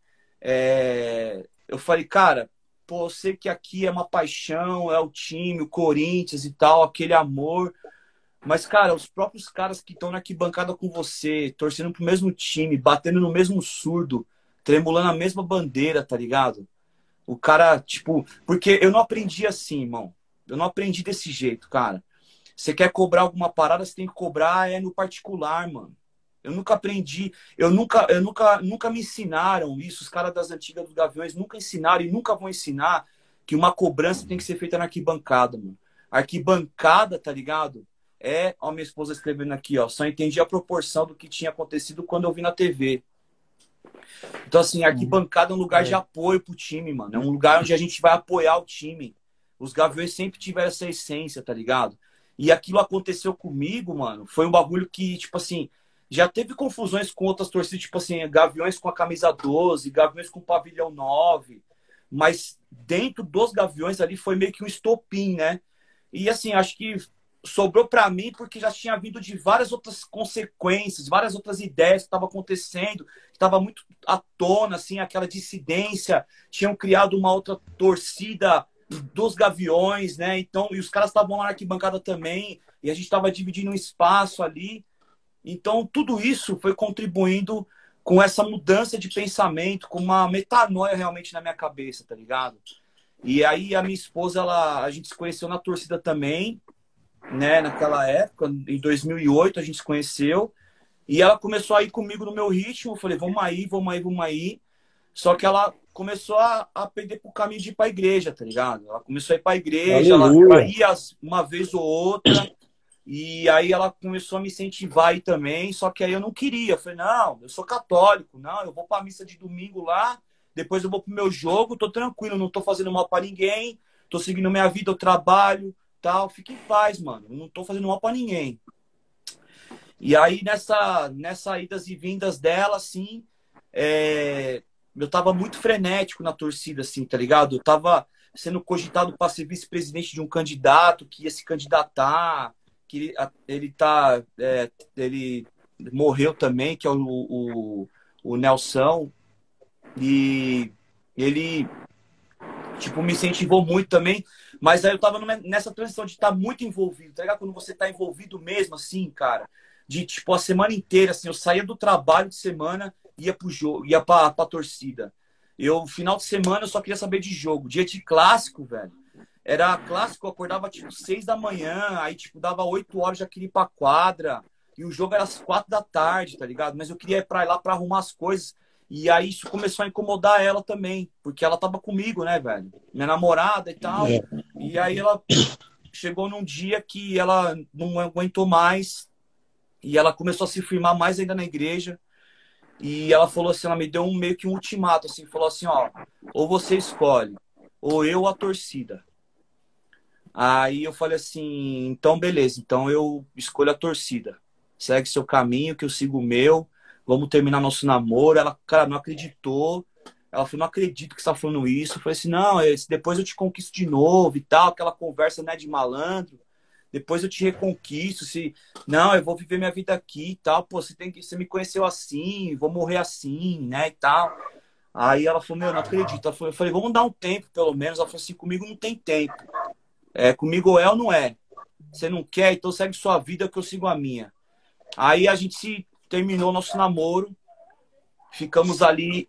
Speaker 4: eu falei, cara, pô, eu sei que aqui é uma paixão, é o time, o Corinthians e tal, aquele amor. Mas, cara, os próprios caras que estão na arquibancada com você, torcendo pro mesmo time, batendo no mesmo surdo, tremulando a mesma bandeira, tá ligado? O cara, tipo... Porque eu não aprendi assim, irmão. Eu não aprendi desse jeito, cara. Você quer cobrar alguma parada, você tem que cobrar no particular, mano. Eu nunca aprendi, nunca me ensinaram isso. Os caras das antigas dos Gaviões nunca ensinaram e nunca vão ensinar que uma cobrança tem que ser feita na arquibancada, mano. Arquibancada, tá ligado? Ó, minha esposa escrevendo aqui, ó. Só entendi a proporção do que tinha acontecido quando eu vi na TV. Então, assim, arquibancada é um lugar de apoio pro time, mano. É um lugar onde a gente vai apoiar o time. Os Gaviões sempre tiveram essa essência, tá ligado? E aquilo aconteceu comigo, mano. Foi um bagulho que, tipo assim, já teve confusões com outras torcidas, tipo assim, Gaviões com a camisa 12, Gaviões com o pavilhão 9. Mas dentro dos Gaviões ali foi meio que um estopim, né? E assim, acho que sobrou para mim porque já tinha vindo de várias outras consequências, várias outras ideias que estavam acontecendo, que estava muito à tona, assim, aquela dissidência. Tinham criado uma outra torcida dos Gaviões, né? Então, e os caras estavam lá na arquibancada também, e a gente estava dividindo um espaço ali. Então, tudo isso foi contribuindo com essa mudança de pensamento, com uma metanoia realmente na minha cabeça, tá ligado? E aí a minha esposa, a gente se conheceu na torcida também, né? Naquela época, em 2008 a gente se conheceu, e ela começou a ir comigo no meu ritmo. Eu falei, vamos aí, vamos aí, vamos aí. Só que ela começou a perder pro caminho de ir pra igreja, tá ligado? Ela começou a ir pra igreja, ela ia uma vez ou outra, e aí ela começou a me incentivar aí também, só que aí eu não queria. Eu falei, não, eu sou católico, não, eu vou pra missa de domingo lá, depois eu vou pro meu jogo, tô tranquilo, não tô fazendo mal pra ninguém, tô seguindo minha vida, eu trabalho, tal, fica em paz, mano, eu não tô fazendo mal pra ninguém. E aí nessa idas e vindas dela, assim, eu tava muito frenético na torcida, assim, tá ligado? Eu tava sendo cogitado para ser vice-presidente de um candidato que ia se candidatar, que ele morreu também, que é o Nelson, e ele, tipo, me incentivou muito também, mas aí eu tava nessa transição de estar muito envolvido, tá ligado? Quando você tá envolvido mesmo, assim, cara, de, tipo, a semana inteira, assim, eu saía do trabalho de semana, ia pro jogo, ia pra torcida. Final de semana, eu só queria saber de jogo. Dia de clássico, velho. Era clássico, eu acordava, tipo, 6 da manhã, aí, tipo, dava 8 horas, já queria ir pra quadra, e o jogo era às 4 da tarde, tá ligado? Mas eu queria ir pra lá pra arrumar as coisas, e aí isso começou a incomodar ela também, porque ela tava comigo, né, velho? Minha namorada e tal, e aí ela chegou num dia que ela não aguentou mais, e ela começou a se firmar mais ainda na igreja, e ela falou assim, ela me deu meio que um ultimato, assim, falou assim, ó, ou você escolhe, ou eu ou a torcida. Aí eu falei assim, então beleza, então eu escolho a torcida. Segue seu caminho, que eu sigo o meu, vamos terminar nosso namoro. Ela, cara, não acreditou. Ela falou, não acredito que você tá falando isso. Eu falei assim, não, depois eu te conquisto de novo e tal, aquela conversa, né, de malandro. depois eu te reconquisto. Se não, eu vou viver minha vida aqui e tal. Pô, você me conheceu assim, vou morrer assim, né, e tal. Aí ela falou, meu, não acredito. Eu falei, vamos dar um tempo, pelo menos. Ela falou assim, comigo não tem tempo. Comigo é ou não é? Você não quer, então segue sua vida que eu sigo a minha. Aí a gente terminou nosso namoro. Ficamos ali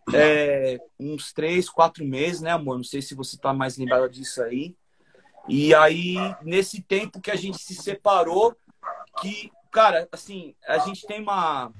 Speaker 4: uns 3, 4 meses, né, amor? Não sei se você tá mais lembrado disso aí. E aí, nesse tempo que a gente se separou, que, cara, assim, a gente tem uma...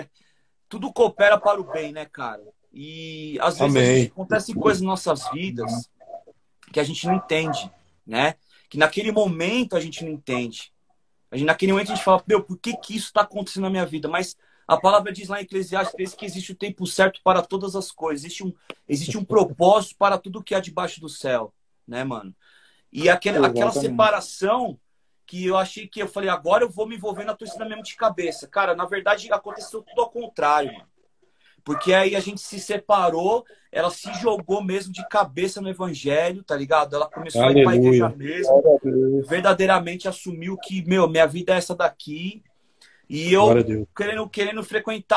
Speaker 4: Tudo coopera para o bem, né, cara? E às vezes acontecem coisas em nossas vidas que a gente não entende, né? Que naquele momento a gente não entende. Naquele momento a gente fala, meu, por que isso está acontecendo na minha vida? Mas a palavra diz lá em Eclesiastes 3 que existe o tempo certo para todas as coisas. Existe um propósito para tudo que há debaixo do céu, né, mano? E aquela separação que eu falei, agora eu vou me envolver na torcida mesmo de cabeça. Cara, na verdade aconteceu tudo ao contrário, mano. Porque aí a gente se separou, ela se jogou mesmo de cabeça no evangelho, tá ligado? Ela começou a ir pra igreja mesmo, verdadeiramente assumiu que, meu, minha vida é essa daqui. E eu querendo frequentar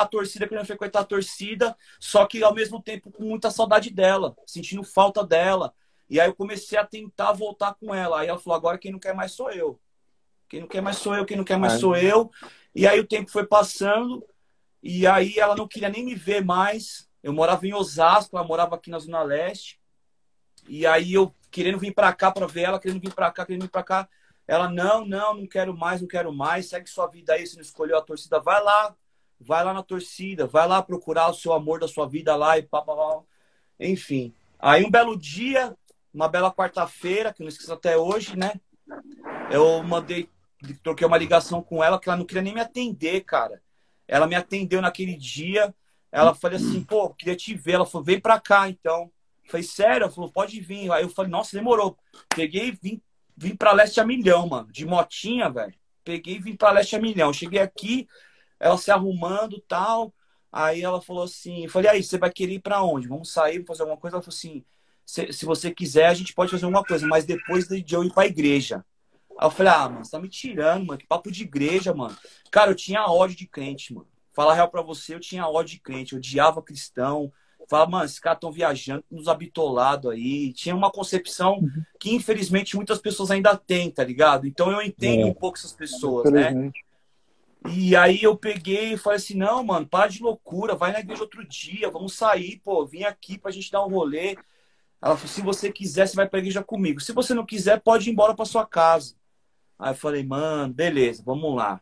Speaker 4: a torcida, só que ao mesmo tempo com muita saudade dela, sentindo falta dela. E aí eu comecei a tentar voltar com ela. Aí ela falou, agora quem não quer mais sou eu. Quem não quer mais sou eu, quem não quer mais sou eu. E aí o tempo foi passando. E aí ela não queria nem me ver mais. Eu morava em Osasco, ela morava aqui na Zona Leste. E aí eu querendo vir pra cá pra ver ela, querendo vir pra cá. Ela, não quero mais. Segue sua vida aí, você não escolheu a torcida. Vai lá na torcida. Vai lá procurar o seu amor da sua vida lá e pá. Enfim. Aí um belo dia, uma bela quarta-feira, que eu não esqueço até hoje, né? Eu troquei uma ligação com ela, que ela não queria nem me atender, cara. Ela me atendeu naquele dia. Ela falou assim, pô, queria te ver. Ela falou, vem pra cá, então. Eu falei, sério? Ela falou, pode vir. Aí eu falei, nossa, demorou. Peguei e vim pra Leste a milhão, mano. De motinha, velho. Peguei e vim pra Leste a milhão. Cheguei aqui, ela se arrumando e tal. Aí ela falou assim, eu falei, aí, você vai querer ir pra onde? Vamos sair, vamos fazer alguma coisa? Ela falou assim, se você quiser, a gente pode fazer alguma coisa, mas depois de eu ir pra igreja. Aí eu falei, mano, você tá me tirando, mano. Que papo de igreja, mano. Cara, eu tinha ódio de crente, mano. Falar real pra você, eu tinha ódio de crente. Eu odiava cristão. Falava, mano, esses caras estão viajando, nos habitolados aí. Tinha uma concepção que, infelizmente, muitas pessoas ainda têm, tá ligado? Então eu entendo um pouco essas pessoas, né? E aí eu peguei e falei assim, não, mano, para de loucura. Vai na igreja outro dia, vamos sair, pô. Vim aqui pra gente dar um rolê. Ela falou, se você quiser, você vai pra igreja comigo. Se você não quiser, pode ir embora pra sua casa. Aí eu falei, mano, beleza, vamos lá.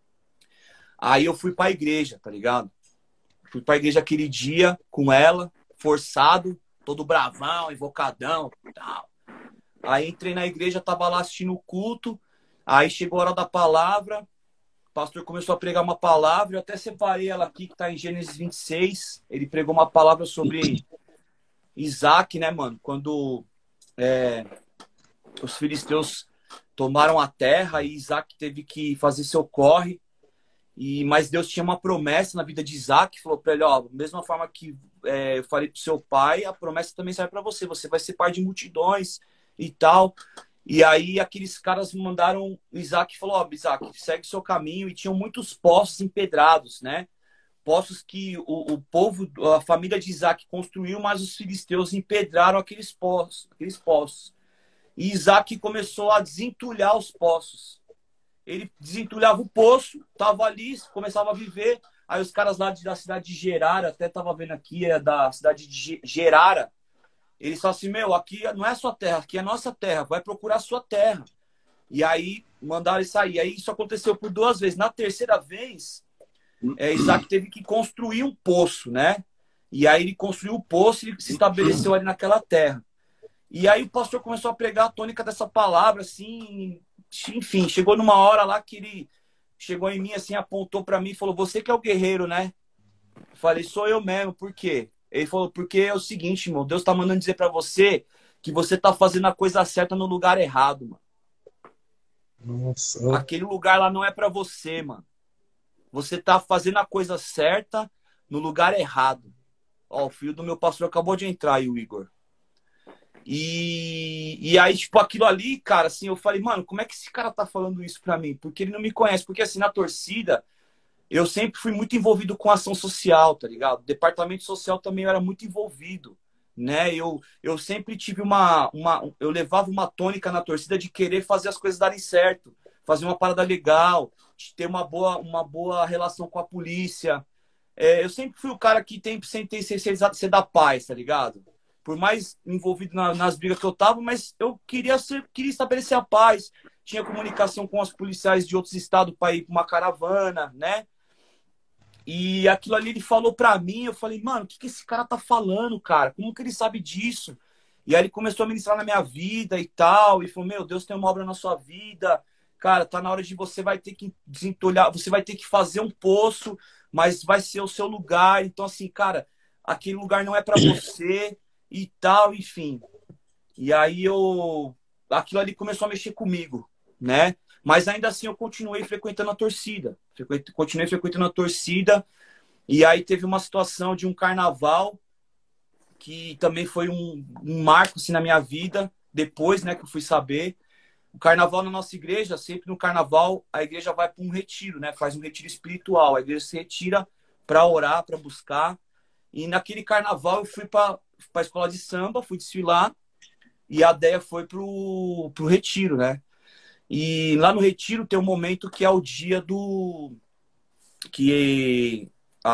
Speaker 4: Aí eu fui pra igreja, tá ligado? Fui pra igreja aquele dia com ela, forçado, todo bravão, invocadão e tal. Aí entrei na igreja, tava lá assistindo o culto. Aí chegou a hora da palavra. O pastor começou a pregar uma palavra. Eu até separei ela aqui, que tá em Gênesis 26. Ele pregou uma palavra sobre Isaac, né, mano? Quando os filisteus tomaram a terra e Isaac teve que fazer seu corre. Mas Deus tinha uma promessa na vida de Isaac, falou para ele, ó, mesma forma que eu falei pro seu pai, a promessa também serve para você, você vai ser pai de multidões e tal. E aí aqueles caras mandaram Isaac e falou, ó, Isaac, segue seu caminho, e tinham muitos poços empedrados, né? Poços que o povo, a família de Isaac construiu, mas os filisteus empedraram aqueles poços. E Isaac começou a desentulhar os poços. Ele desentulhava o poço, tava ali, começava a viver. Aí os caras lá da cidade de Gerara, até tava vendo aqui, da cidade de Gerara, eles falaram assim, meu, aqui não é a sua terra, aqui é a nossa terra, vai procurar a sua terra. E aí mandaram ele sair. Aí isso aconteceu por 2 vezes. Na terceira vez, Isaac teve que construir um poço, né? E aí ele construiu o poço e ele se estabeleceu ali naquela terra. E aí o pastor começou a pregar a tônica dessa palavra, assim, enfim, chegou numa hora lá que ele chegou em mim, assim, apontou para mim e falou, você que é o guerreiro, né? Eu falei, sou eu mesmo, por quê? Ele falou, porque é o seguinte, irmão, Deus tá mandando dizer para você que você tá fazendo a coisa certa no lugar errado, mano. Nossa. Aquele lugar lá não é para você, mano. Você tá fazendo a coisa certa no lugar errado. Ó, o filho do meu pastor acabou de entrar aí, o Igor. E aí, tipo, aquilo ali, cara, assim, eu falei, mano, como é que esse cara tá falando isso pra mim? Porque ele não me conhece. Porque, assim, na torcida, eu sempre fui muito envolvido com ação social, tá ligado? Departamento social também eu era muito envolvido, né? Eu sempre tive eu levava uma tônica na torcida de querer fazer as coisas darem certo, fazer uma parada legal, de ter uma boa relação com a polícia. Eu sempre fui o cara que sempre tem ser da paz, tá ligado? Por mais envolvido nas brigas que eu tava, mas eu queria estabelecer a paz. Tinha comunicação com os policiais de outros estados para ir para uma caravana, né? E aquilo ali ele falou pra mim, eu falei, mano, o que esse cara tá falando, cara? Como que ele sabe disso? E aí ele começou a ministrar na minha vida e tal, e falou, meu, Deus tem uma obra na sua vida, cara, tá na hora de você vai ter que desentulhar, você vai ter que fazer um poço, mas vai ser o seu lugar. Então, assim, cara, aquele lugar não é pra você e tal, enfim. E aí aquilo ali começou a mexer comigo, né? Mas ainda assim eu continuei frequentando a torcida. Continuei frequentando a torcida. E aí teve uma situação de um carnaval que também foi um marco assim, na minha vida. Depois, né, que eu fui saber. O carnaval na nossa igreja, sempre no carnaval, a igreja vai para um retiro, né? Faz um retiro espiritual. A igreja se retira para orar, para buscar. E naquele carnaval eu fui para a escola de samba, fui desfilar. E a Déia foi pro retiro, né? E lá no retiro tem um momento que é o dia que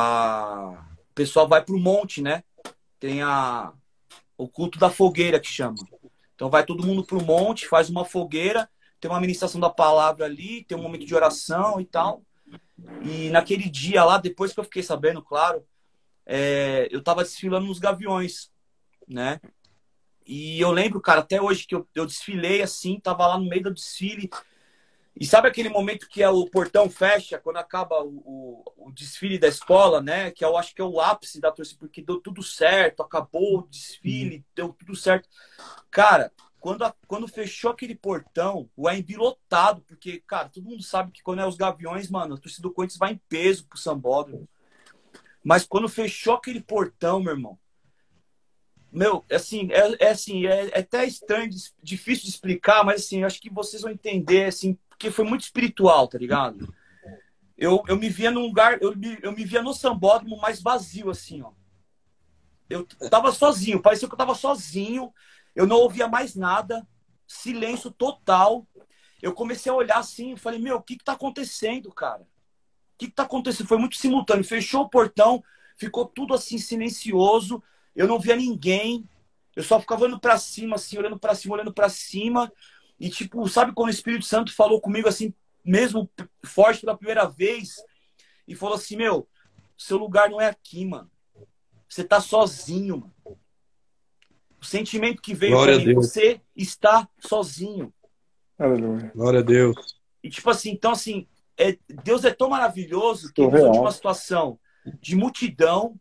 Speaker 4: o pessoal vai pro monte, né? Tem o culto da fogueira que chama. Então vai todo mundo pro monte, faz uma fogueira, tem uma ministração da palavra ali, tem um momento de oração e tal. E naquele dia lá, depois que eu fiquei sabendo, claro, eu tava desfilando nos Gaviões, né? E eu lembro, cara, até hoje que eu desfilei assim, tava lá no meio do desfile. E sabe aquele momento que o portão fecha, quando acaba o desfile da escola, né? Que eu acho que é o ápice da torcida, porque deu tudo certo, acabou o desfile, deu tudo certo. Cara, quando fechou aquele portão, o AMB lotado, porque, cara, todo mundo sabe que quando é os Gaviões, mano, a torcida do Corinthians vai em peso pro Sambódromo. Mas quando fechou aquele portão, meu irmão, meu, assim, é até estranho, difícil de explicar, mas assim, acho que vocês vão entender, assim, porque foi muito espiritual, tá ligado? Eu me via num lugar, eu me via no Sambódromo mais vazio, assim, ó. Eu tava sozinho, parecia que eu tava sozinho, eu não ouvia mais nada, silêncio total. Eu comecei a olhar assim, falei, meu, o que tá acontecendo, cara? O que tá acontecendo? Foi muito simultâneo, fechou o portão, ficou tudo assim silencioso. Eu não via ninguém. Eu só ficava olhando pra cima, assim, olhando pra cima, olhando pra cima. E, tipo, sabe quando o Espírito Santo falou comigo, assim, mesmo forte pela primeira vez? E falou assim, meu, seu lugar não é aqui, mano. Você tá sozinho, mano. O sentimento que veio
Speaker 3: Glória
Speaker 4: pra
Speaker 3: a
Speaker 4: mim,
Speaker 3: Deus.
Speaker 4: você está sozinho.
Speaker 2: Aleluia.
Speaker 3: Glória a Deus.
Speaker 4: E, tipo assim, então, assim, Deus é tão maravilhoso que ele usou de uma
Speaker 2: Surreal.
Speaker 4: situação de multidão,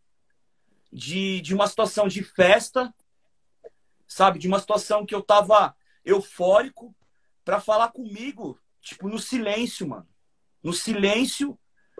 Speaker 4: de uma situação de festa, sabe? De uma situação que eu tava eufórico pra falar comigo, tipo, no silêncio, mano. No silêncio.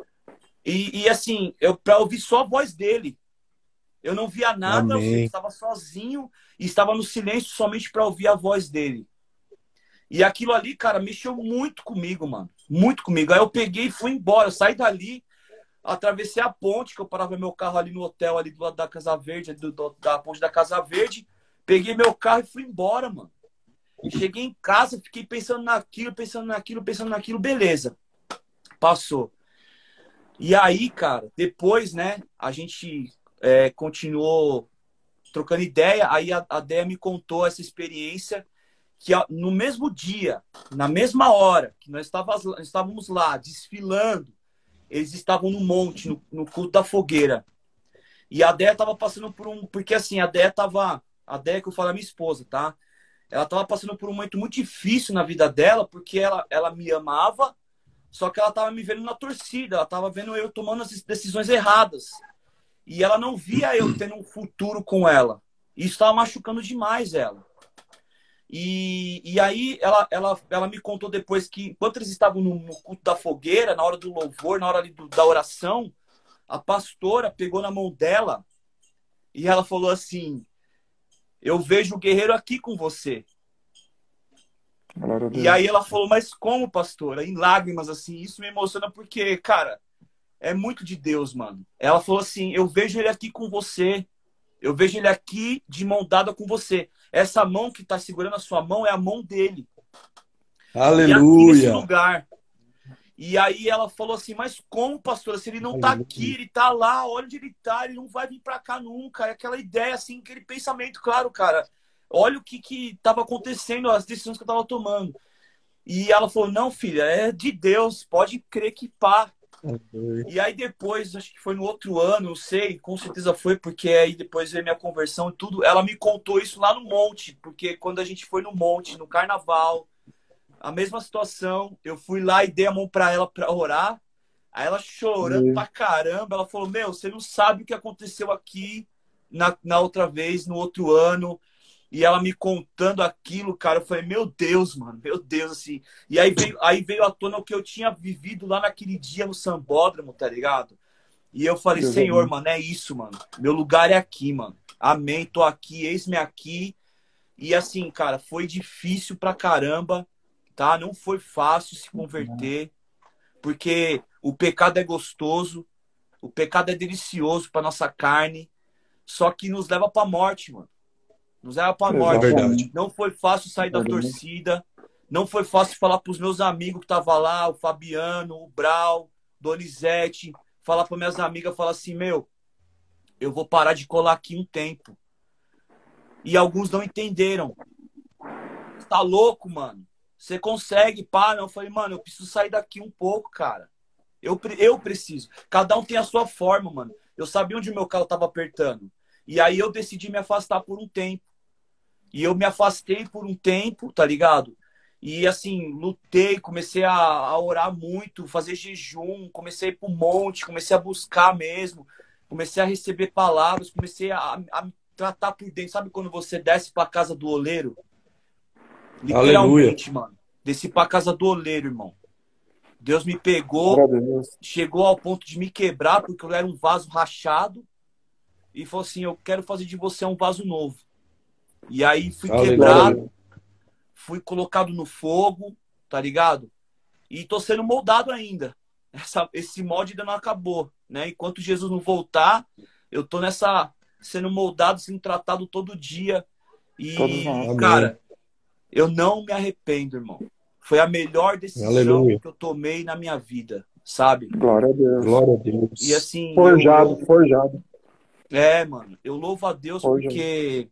Speaker 4: E assim, pra ouvir só a voz dele. Eu não via nada, ou seja,
Speaker 3: Amém.
Speaker 4: estava sozinho e estava no silêncio somente pra ouvir a voz dele. E aquilo ali, cara, mexeu muito comigo, mano. Muito comigo. Aí eu peguei e fui embora. Eu saí dali, atravessei a ponte, que eu parava meu carro ali no hotel, ali do lado da Casa Verde, da ponte da Casa Verde. Peguei meu carro e fui embora, mano. Cheguei em casa, fiquei pensando naquilo, beleza. Passou. E aí, cara, depois, né, a gente continuou trocando ideia. Aí a Déia me contou essa experiência que no mesmo dia, na mesma hora que nós estávamos lá desfilando, eles estavam no monte, no culto da fogueira. E a Déia estava passando por porque assim, a Déia que eu falo é minha esposa, tá? Ela estava passando por um momento muito difícil na vida dela, porque ela me amava, só que ela estava me vendo na torcida, ela estava vendo eu tomando as decisões erradas. E ela não via eu tendo um futuro com ela. Isso estava machucando demais ela. E aí ela me contou depois que, enquanto eles estavam no culto da fogueira, na hora do louvor, na hora ali da oração, a pastora pegou na mão dela e ela falou assim, eu vejo o guerreiro aqui com você.
Speaker 2: Glória a Deus.
Speaker 4: E aí ela falou, mas como, pastora? Em lágrimas, assim, isso me emociona porque, cara, é muito de Deus, mano. Ela falou assim, eu vejo ele aqui com você. Eu vejo ele aqui de mão dada com você. Essa mão que tá segurando a sua mão é a mão dele. E aqui nesse
Speaker 3: Aleluia.
Speaker 4: lugar. E aí ela falou assim, mas como, pastora? Se ele não tá aqui, ele tá lá, olha onde ele tá, ele não vai vir pra cá nunca. É aquela ideia, assim, aquele pensamento, claro, cara. Olha o que tava acontecendo, as decisões que eu tava tomando. E ela falou, não, filha, é de Deus, pode crer que pá. E aí depois, acho que foi no outro ano, não sei, com certeza foi, porque aí depois veio minha conversão e tudo. Ela me contou isso lá no monte, porque quando a gente foi no monte, no carnaval, a mesma situação, eu fui lá e dei a mão pra ela pra orar. Aí ela chorando pra caramba, ela falou, meu, você não sabe o que aconteceu aqui na outra vez, no outro ano. E ela me contando aquilo, cara, eu falei, meu Deus, mano, meu Deus, assim. E aí veio à tona o que eu tinha vivido lá naquele dia no Sambódromo, tá ligado? E eu falei,
Speaker 2: Deus
Speaker 4: Senhor,
Speaker 2: é
Speaker 4: mano, é isso, mano. Meu lugar é aqui, mano. Amém, tô aqui, eis-me aqui. E assim, cara, foi difícil pra caramba, tá? Não foi fácil se converter, porque o pecado é gostoso, o pecado é delicioso pra nossa carne, só que nos leva pra morte, mano. Nos leva pra
Speaker 3: É
Speaker 4: morte.
Speaker 3: verdade.
Speaker 4: Não foi fácil sair da torcida. Não foi fácil falar pros meus amigos que estavam lá, o Fabiano, o Brau, Donizete, falar para minhas amigas, falar assim, meu, eu vou parar de colar aqui um tempo. E alguns não entenderam. Tá louco, mano? Você consegue, pá? Eu falei, mano, eu preciso sair daqui um pouco, cara. Eu preciso. Cada um tem a sua forma, mano. Eu sabia onde o meu calo tava apertando. E aí eu decidi me afastar por um tempo. E eu me afastei por um tempo, tá ligado? E assim, lutei, comecei a orar muito, fazer jejum, comecei a ir pro monte, comecei a buscar mesmo, comecei a receber palavras, comecei a me tratar por dentro. Sabe quando você desce pra casa do oleiro?
Speaker 3: Aleluia.
Speaker 4: Literalmente, mano. Desci pra casa do oleiro, irmão. Deus me
Speaker 2: Glória
Speaker 4: pegou,
Speaker 2: a Deus.
Speaker 4: chegou ao ponto de me quebrar, porque eu era um vaso rachado, e falou assim, eu quero fazer de você um vaso novo. E aí fui
Speaker 3: Aleluia.
Speaker 4: quebrado, fui colocado no fogo, tá ligado? E tô sendo moldado ainda. Esse molde ainda não acabou, né? Enquanto Jesus não voltar, eu tô sendo moldado, sendo tratado todo dia.
Speaker 2: Todos nós.
Speaker 4: E,
Speaker 3: Amém.
Speaker 4: cara, eu não me arrependo, irmão. Foi a melhor decisão
Speaker 3: Aleluia.
Speaker 4: que eu tomei na minha vida, sabe?
Speaker 2: Glória a Deus.
Speaker 3: Glória a Deus.
Speaker 4: E assim,
Speaker 2: Forjado, forjado,
Speaker 4: mano, eu louvo a Deus
Speaker 2: forjado.
Speaker 4: porque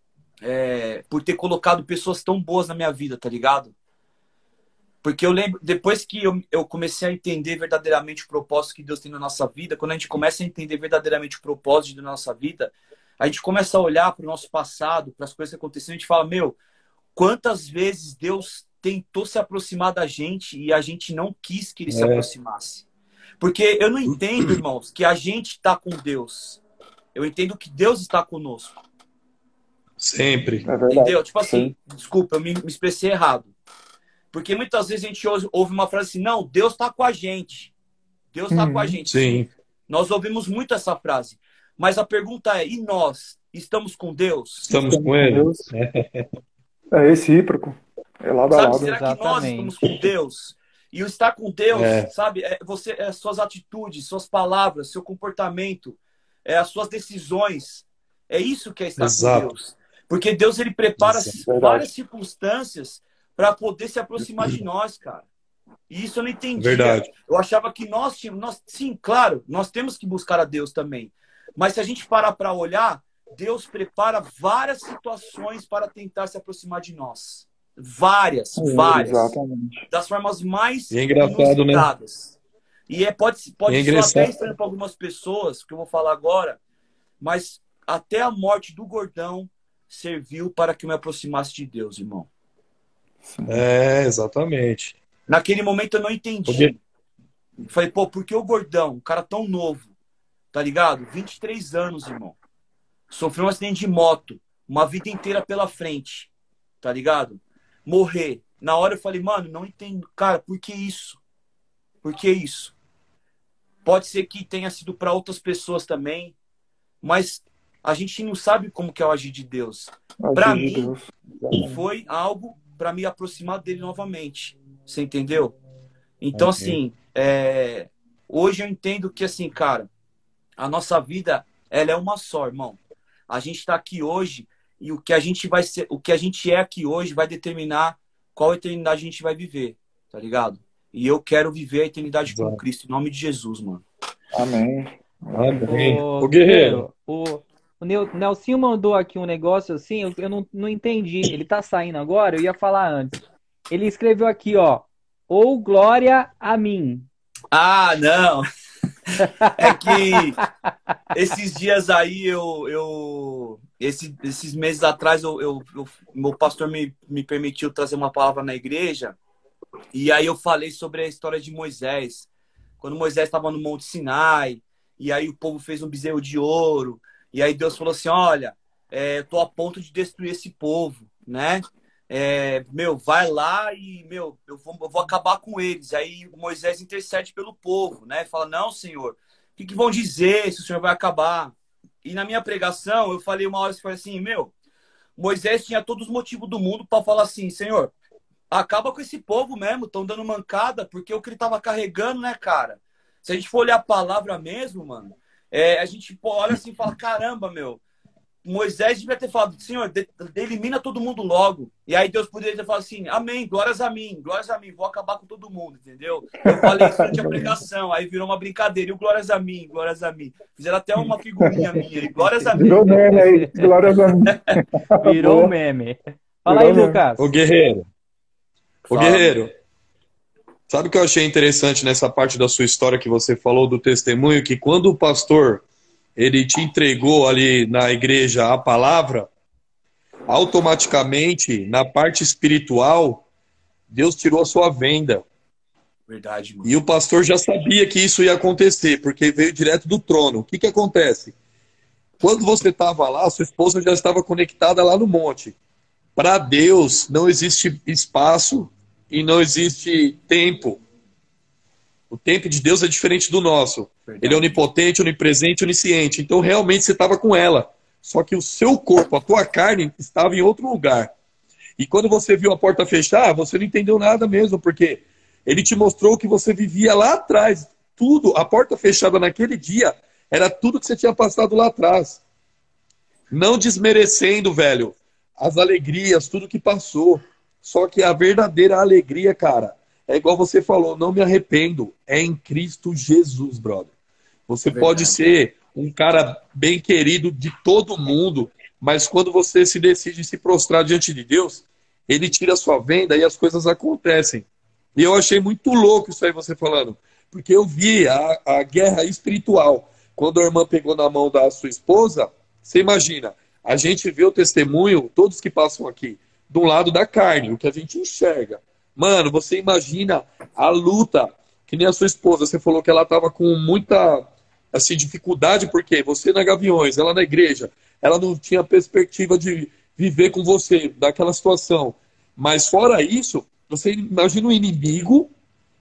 Speaker 4: por ter colocado pessoas tão boas na minha vida, tá ligado? Porque eu lembro, depois que eu comecei a entender verdadeiramente o propósito que Deus tem na nossa vida, quando a gente começa a entender verdadeiramente o propósito da nossa vida, a gente começa a olhar para o nosso passado, para as coisas que aconteceram, e a gente fala, meu, quantas vezes Deus tentou se aproximar da gente e a gente não quis que ele se aproximasse. Porque eu não entendo, irmãos, que a gente está com Deus. Eu entendo que Deus está conosco.
Speaker 3: Sempre.
Speaker 2: É verdade.
Speaker 4: Entendeu? Tipo assim,
Speaker 2: Sim.
Speaker 4: desculpa, eu me expressei errado. Porque muitas vezes a gente ouve uma frase assim, não, Deus está com a gente. Deus está com a gente.
Speaker 3: Sim.
Speaker 4: Nós ouvimos muito essa frase. Mas a pergunta é, e nós? Estamos com Deus?
Speaker 3: Estamos com ele.
Speaker 2: Deus. É recíproco. É lado a
Speaker 4: Sabe,
Speaker 2: lado.
Speaker 4: será que nós
Speaker 1: Exatamente.
Speaker 4: estamos com Deus? E o estar com Deus,
Speaker 3: É.
Speaker 4: sabe, suas atitudes, suas palavras, seu comportamento, as suas decisões. É isso que é estar
Speaker 3: Exato.
Speaker 4: com Deus. Porque Deus, ele prepara
Speaker 2: Exato.
Speaker 4: várias circunstâncias para poder se aproximar de nós, cara. E isso eu não entendia.
Speaker 3: Verdade.
Speaker 4: Eu achava que nós tínhamos... Sim, claro, nós temos que buscar a Deus também. Mas se a gente parar para olhar, Deus prepara várias situações para tentar se aproximar de nós. Várias.
Speaker 2: Exatamente.
Speaker 4: Das formas mais
Speaker 3: E é engraçado, né?
Speaker 4: inusitadas. E pode
Speaker 3: E é
Speaker 4: soar
Speaker 3: engraçado.
Speaker 4: até estranho para algumas pessoas, que eu vou falar agora, mas até a morte do gordão serviu para que eu me aproximasse de Deus, irmão.
Speaker 3: É, exatamente.
Speaker 4: Naquele momento eu não entendi.
Speaker 3: Porque-
Speaker 4: Falei, pô, por que o gordão, um cara tão novo, tá ligado? 23 anos, irmão. Sofreu um acidente de moto, uma vida inteira pela frente, tá ligado? Morrer. Na hora eu falei, mano, não entendo. Cara, por que isso? Por que isso? Pode ser que tenha sido para outras pessoas também, mas a gente não sabe como que é o agir de Deus. Para
Speaker 2: Agir de
Speaker 4: mim,
Speaker 2: Deus.
Speaker 4: foi algo para me aproximar dele novamente. Você entendeu? Então,
Speaker 1: Ok.
Speaker 4: assim, hoje eu entendo que, assim, cara, a nossa vida, ela é uma só, irmão. A gente está aqui hoje e o que a gente vai ser, o que a gente é aqui hoje vai determinar qual eternidade a gente vai viver, tá ligado? E eu quero viver a eternidade com
Speaker 3: Exato.
Speaker 4: Cristo, em nome de Jesus, mano.
Speaker 2: Amém. Amém.
Speaker 3: Amém.
Speaker 1: Ô,
Speaker 3: Ô, Guerreiro.
Speaker 1: Guerreiro, o Nelsinho mandou aqui um negócio assim, eu não entendi. Ele tá saindo agora, eu ia falar antes. Ele escreveu aqui, ó, ou glória a mim.
Speaker 4: Ah, não. É que esses dias aí, esses meses atrás, meu pastor me permitiu trazer uma palavra na igreja. E aí eu falei sobre a história de Moisés. Quando Moisés estava no Monte Sinai, e aí o povo fez um bezerro de ouro. E aí Deus falou assim, olha, eu tô a ponto de destruir esse povo, né? Meu, vai lá e, meu, eu vou acabar com eles. Aí Moisés intercede pelo povo, né? Fala, não, Senhor, o que vão dizer se o Senhor vai acabar? E na minha pregação, eu falei uma hora, eu falei assim, meu, Moisés tinha todos os motivos do mundo para falar assim, Senhor, acaba com esse povo mesmo, estão dando mancada, porque o que ele tava carregando, né, cara? Se a gente for olhar a palavra mesmo, mano, a gente olha assim e fala, caramba, meu, Moisés devia ter falado, Senhor, elimina todo mundo logo. E aí Deus poderia ter falado assim, amém, glórias a mim, vou acabar com todo mundo, entendeu? Eu falei isso durante a pregação, aí virou uma brincadeira, e o glórias a mim, glórias a mim. Fizeram até uma figurinha minha aí, glórias a mim.
Speaker 2: Virou meme aí. Glórias a mim.
Speaker 1: Virou um
Speaker 2: Boa.
Speaker 1: meme. Fala aí,
Speaker 2: Virou meme.
Speaker 3: Ô,
Speaker 1: Lucas.
Speaker 3: Guerreiro. Ô,
Speaker 4: Fala, mano.
Speaker 3: Guerreiro. Sabe o que eu achei interessante nessa parte da sua história que você falou do testemunho? Que quando o pastor ele te entregou ali na igreja a palavra, automaticamente, na parte espiritual, Deus tirou a sua venda.
Speaker 4: Verdade, mano.
Speaker 3: E o pastor já sabia que isso ia acontecer, porque veio direto do trono. O que acontece? Quando você estava lá, sua esposa já estava conectada lá no monte. Para Deus não existe espaço e não existe tempo. O tempo de Deus é diferente do nosso.
Speaker 4: Verdade.
Speaker 3: Ele é onipotente, onipresente, onisciente. Então realmente você estava com ela. Só que o seu corpo, a tua carne, estava em outro lugar. E quando você viu a porta fechar, você não entendeu nada mesmo, porque ele te mostrou que você vivia lá atrás. Tudo, a porta fechada naquele dia, era tudo que você tinha passado lá atrás. Não desmerecendo, velho, as alegrias, tudo que passou. Só que a verdadeira alegria, cara, é igual você falou, não me arrependo. É em Cristo Jesus, brother. Você pode
Speaker 4: Verdade.
Speaker 3: ser um cara bem querido de todo mundo, mas quando você se decide se prostrar diante de Deus, ele tira a sua venda e as coisas acontecem. E eu achei muito louco isso aí você falando, porque eu vi a guerra espiritual. Quando a irmã pegou na mão da sua esposa, você imagina, a gente vê o testemunho, todos que passam aqui, do lado da carne, o que a gente enxerga. Mano, você imagina a luta, que nem a sua esposa, você falou que ela estava com muita assim, dificuldade, porque você na Gaviões, ela na igreja, ela não tinha perspectiva de viver com você, daquela situação. Mas fora isso, você imagina um inimigo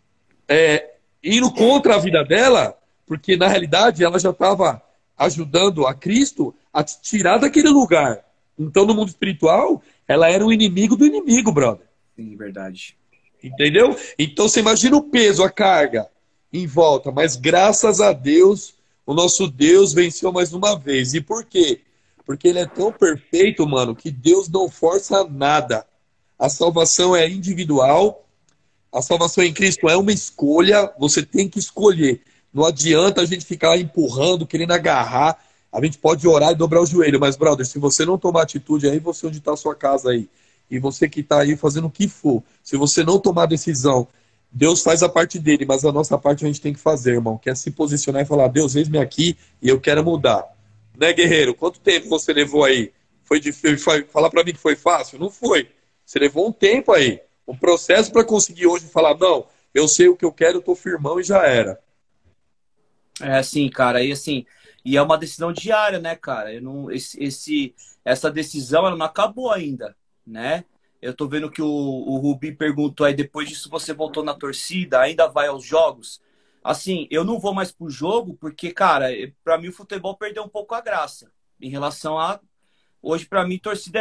Speaker 3: indo contra a vida dela, porque na realidade ela já estava ajudando a Cristo a te tirar daquele lugar. Então, no mundo espiritual, ela era o inimigo do inimigo, brother.
Speaker 4: Sim, verdade.
Speaker 3: Entendeu? Então, você imagina o peso, a carga em volta. Mas graças a Deus, o nosso Deus venceu mais uma vez. E por quê? Porque ele é tão perfeito, mano, que Deus não força nada. A salvação é individual. A salvação em Cristo é uma escolha, você tem que escolher. Não adianta a gente ficar empurrando, querendo agarrar. A gente pode orar e dobrar o joelho, mas, brother, se você não tomar atitude aí, você onde está a sua casa aí, e você que está aí fazendo o que for, se você não tomar decisão, Deus faz a parte dele, mas a nossa parte a gente tem que fazer, irmão, que é se posicionar e falar, Deus, eis-me aqui e eu quero mudar. Né, guerreiro? Quanto tempo você levou aí? Foi difícil? Falar para mim que foi fácil? Não foi. Você levou um tempo aí. Um processo para conseguir hoje falar, não, eu sei o que eu quero, eu tô firmão e já era.
Speaker 4: É assim, cara, e assim, e é uma decisão diária, né, cara? Eu não, essa decisão ela não acabou ainda, né? Eu tô vendo que o Rubi perguntou aí, depois disso você voltou na torcida, ainda vai aos jogos? Assim, eu não vou mais pro jogo porque, cara, pra mim o futebol perdeu um pouco a graça em relação a Hoje, para mim, torcida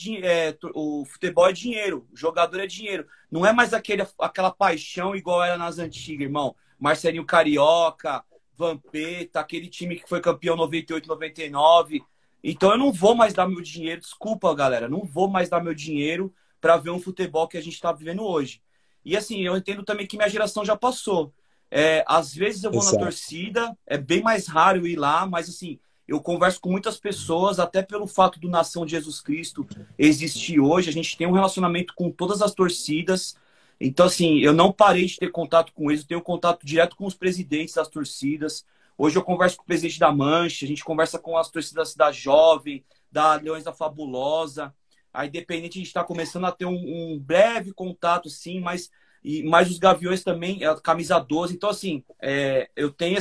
Speaker 4: o futebol é dinheiro, o jogador é dinheiro. Não é mais aquela paixão igual era nas antigas, irmão. Marcelinho Carioca, Vampeta, aquele time que foi campeão 98, 99. Então eu não vou mais dar meu dinheiro, desculpa, galera, não vou mais dar meu dinheiro para ver um futebol que a gente está vivendo hoje. E assim, eu entendo também que minha geração já passou. Às vezes eu vou na torcida, é bem mais raro ir lá, mas assim, eu converso com muitas pessoas, até pelo fato do Nação de Jesus Cristo existir hoje, a gente tem um relacionamento com todas as torcidas. Então, assim, eu não parei de ter contato com eles, eu tenho contato direto com os presidentes das torcidas. Hoje eu converso com o presidente da Mancha, a gente conversa com as torcidas da Jovem, da Leões da Fabulosa. Aí, independente, a gente está começando a ter um breve contato, sim, mas os Gaviões também, a camisa 12. Então, assim, eu tenho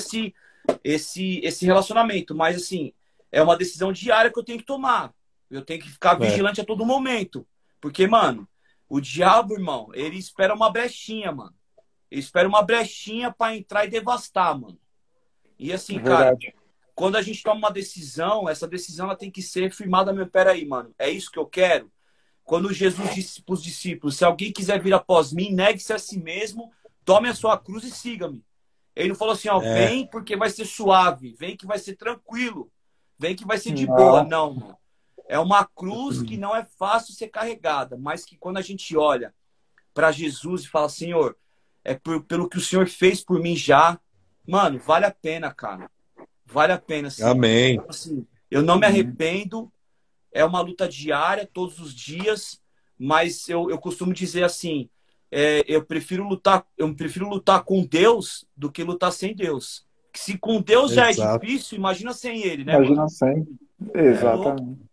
Speaker 4: esse relacionamento, mas, assim, é uma decisão diária que eu tenho que tomar. Eu tenho que ficar vigilante a todo momento. Porque, mano, o diabo, irmão, ele espera uma brechinha, mano. Ele espera uma brechinha para entrar e devastar, mano. E assim, cara, quando a gente toma uma decisão, essa decisão ela tem que ser firmada, meu, peraí, mano, é isso que eu quero? Quando Jesus disse para os discípulos, se alguém quiser vir após mim, negue-se a si mesmo, tome a sua cruz e siga-me. Ele não falou assim, ó, vem porque vai ser suave, vem que vai ser tranquilo, vem que vai ser de boa. Não, mano. É uma cruz que não é fácil ser carregada, mas que quando a gente olha para Jesus e fala, Senhor, pelo que o Senhor fez por mim já, mano, vale a pena, cara. Vale a pena, sim.
Speaker 3: Amém.
Speaker 4: Assim, eu não me arrependo, é uma luta diária, todos os dias, mas eu costumo dizer assim, eu prefiro lutar com Deus do que lutar sem Deus. Se com Deus já é difícil, imagina sem Ele, né?
Speaker 2: Imagina sem. Exatamente.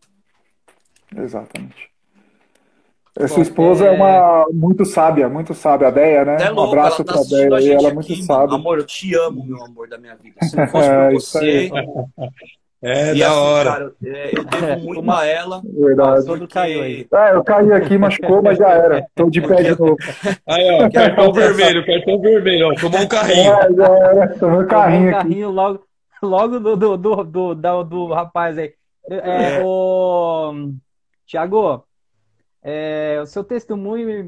Speaker 2: Exatamente. Sua esposa é uma muito sábia, a Deia, né?
Speaker 4: Um abraço para a Deia, ela é muito sábia. Amor, eu te amo, meu amor da minha vida. Se não fosse por você...
Speaker 3: da assim, hora.
Speaker 4: Cara, eu devo muito a ela.
Speaker 2: Verdade.
Speaker 4: Porque...
Speaker 1: caiu aí.
Speaker 2: Eu caí aqui, machucou, mas já era. Tô de pé de novo.
Speaker 3: Aí, ó, cartão vermelho, ó. Tomou um carrinho.
Speaker 2: Já era. Tomou um carrinho aqui.
Speaker 1: Logo do rapaz aí. Tiago, o seu testemunho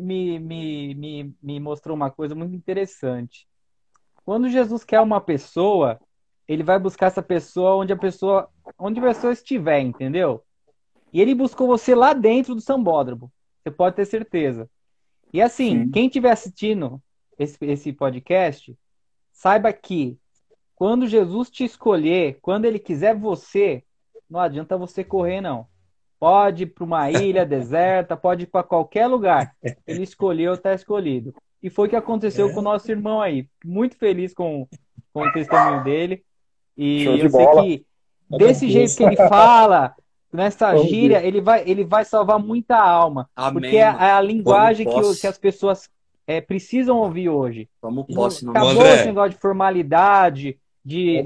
Speaker 1: me mostrou uma coisa muito interessante. Quando Jesus quer uma pessoa, ele vai buscar essa pessoa onde a pessoa estiver, entendeu? E ele buscou você lá dentro do Sambódromo. Você pode ter certeza. E assim, quem estiver assistindo esse podcast, saiba que quando Jesus te escolher, quando ele quiser você, não adianta você correr, não. Pode ir para uma ilha deserta, pode ir para qualquer lugar. Ele escolheu, está escolhido. E foi o que aconteceu com o nosso irmão aí. Muito feliz com o testemunho dele. E eu sei que desse jeito que ele fala, nessa gíria, ele vai salvar muita alma.
Speaker 4: Amém,
Speaker 1: porque é a linguagem que as pessoas precisam ouvir hoje.
Speaker 4: Vamos posse,
Speaker 1: acabou esse negócio de formalidade, de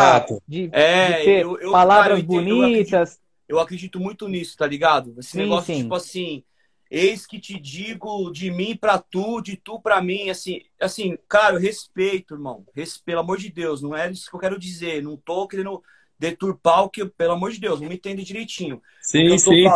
Speaker 1: ter palavras bonitas.
Speaker 4: Eu acredito muito nisso, tá ligado? Esse negócio, tipo assim, eis que te digo de mim pra tu, de tu pra mim, assim, cara, eu respeito, irmão. Pelo amor de Deus, não é isso que eu quero dizer. Não tô querendo deturpar o que, pelo amor de Deus, não me entende direitinho.
Speaker 3: Sim.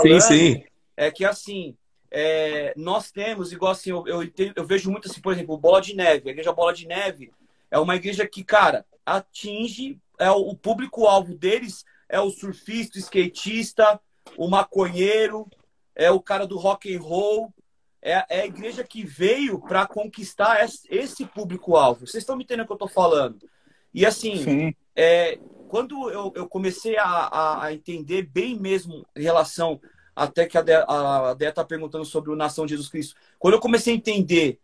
Speaker 4: É que, assim, nós temos, igual assim, eu vejo muito assim, por exemplo, Bola de Neve. A igreja Bola de Neve é uma igreja que, cara, atinge, o público-alvo deles é o surfista, o skatista, o maconheiro, é o cara do rock and roll. É a igreja que veio para conquistar esse público-alvo. Vocês estão me entendendo o que eu estou falando? E assim, quando eu comecei a entender bem mesmo em relação, até que a Déia está perguntando sobre o Nação de Jesus Cristo, quando eu comecei a entender,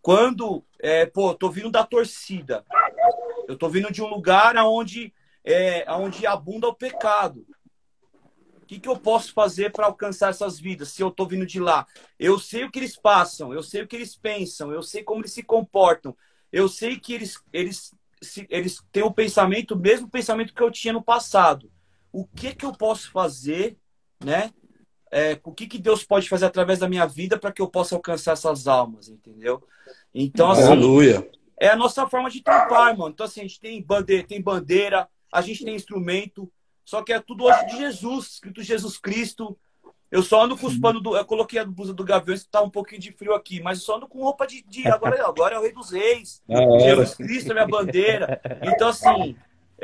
Speaker 4: eu tô vindo da torcida, eu tô vindo de um lugar onde abunda o pecado. O que eu posso fazer para alcançar essas vidas se eu estou vindo de lá? Eu sei o que eles passam, eu sei o que eles pensam, eu sei como eles se comportam, eu sei que eles têm o mesmo pensamento que eu tinha no passado. O que eu posso fazer, né? O que Deus pode fazer através da minha vida para que eu possa alcançar essas almas, entendeu? Então, assim,
Speaker 3: aleluia.
Speaker 4: É a nossa forma de trampar, mano. Então, assim, a gente tem bandeira, a gente tem instrumento, Só que é tudo hoje de Jesus, escrito Jesus Cristo. Eu só ando com os panos do... Eu coloquei a blusa do Gaviões, que tá um pouquinho de frio aqui, mas eu só ando com roupa agora é o Rei dos Reis.
Speaker 3: Da hora.
Speaker 4: Jesus Cristo é minha bandeira. Então, assim,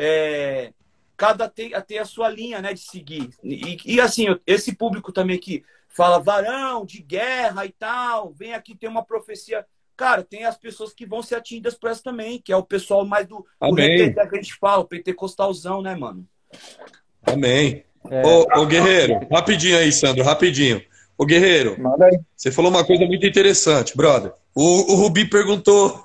Speaker 4: tem a sua linha, né, de seguir. E assim, esse público também que fala varão, de guerra e tal, vem aqui, tem uma profecia. Cara, tem as pessoas que vão ser atingidas por essa também, que é o pessoal mais do
Speaker 3: Amém.
Speaker 4: que a gente fala, o pentecostalzão, né, mano?
Speaker 3: Amém. Ô, Guerreiro, rapidinho aí, Sandro, rapidinho. Ô, Guerreiro,
Speaker 2: Manda aí.
Speaker 3: você falou uma coisa muito interessante, brother. O Rubi perguntou.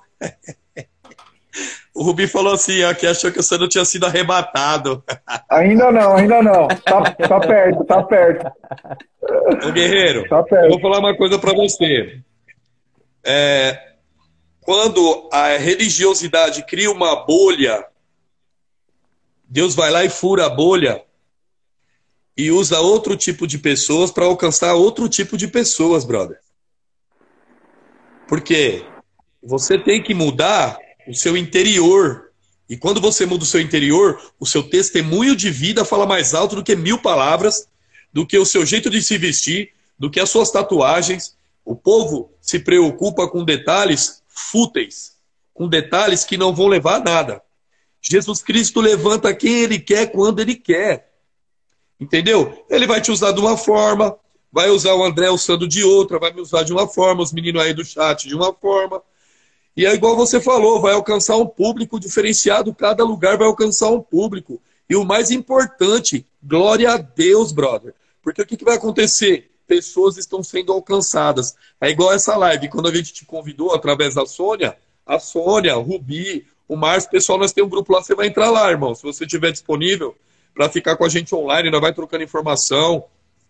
Speaker 3: O Rubi falou assim, que achou que o Sandro tinha sido arrebatado.
Speaker 2: Ainda não. Tá perto, tá perto.
Speaker 3: Ô, Guerreiro,
Speaker 2: Tá
Speaker 3: eu
Speaker 2: perto.
Speaker 3: vou falar uma coisa pra você. Quando a religiosidade cria uma bolha, Deus vai lá e fura a bolha e usa outro tipo de pessoas para alcançar outro tipo de pessoas, brother. Porque você tem que mudar o seu interior. E quando você muda o seu interior, o seu testemunho de vida fala mais alto do que 1000 palavras, do que o seu jeito de se vestir, do que as suas tatuagens. O povo se preocupa com detalhes fúteis, com detalhes que não vão levar a nada. Jesus Cristo levanta quem Ele quer, quando Ele quer. Entendeu? Ele vai te usar de uma forma, vai usar o André, o Sandro de outra, vai me usar de uma forma, os meninos aí do chat de uma forma. E é igual você falou, vai alcançar um público diferenciado, cada lugar vai alcançar um público. E o mais importante, glória a Deus, brother. Porque o que vai acontecer? Pessoas estão sendo alcançadas. É igual essa live, quando a gente te convidou através da Sônia, o Rubi, o Márcio, pessoal, nós temos um grupo lá, você vai entrar lá, irmão, se você estiver disponível para ficar com a gente online, nós vai trocando informação.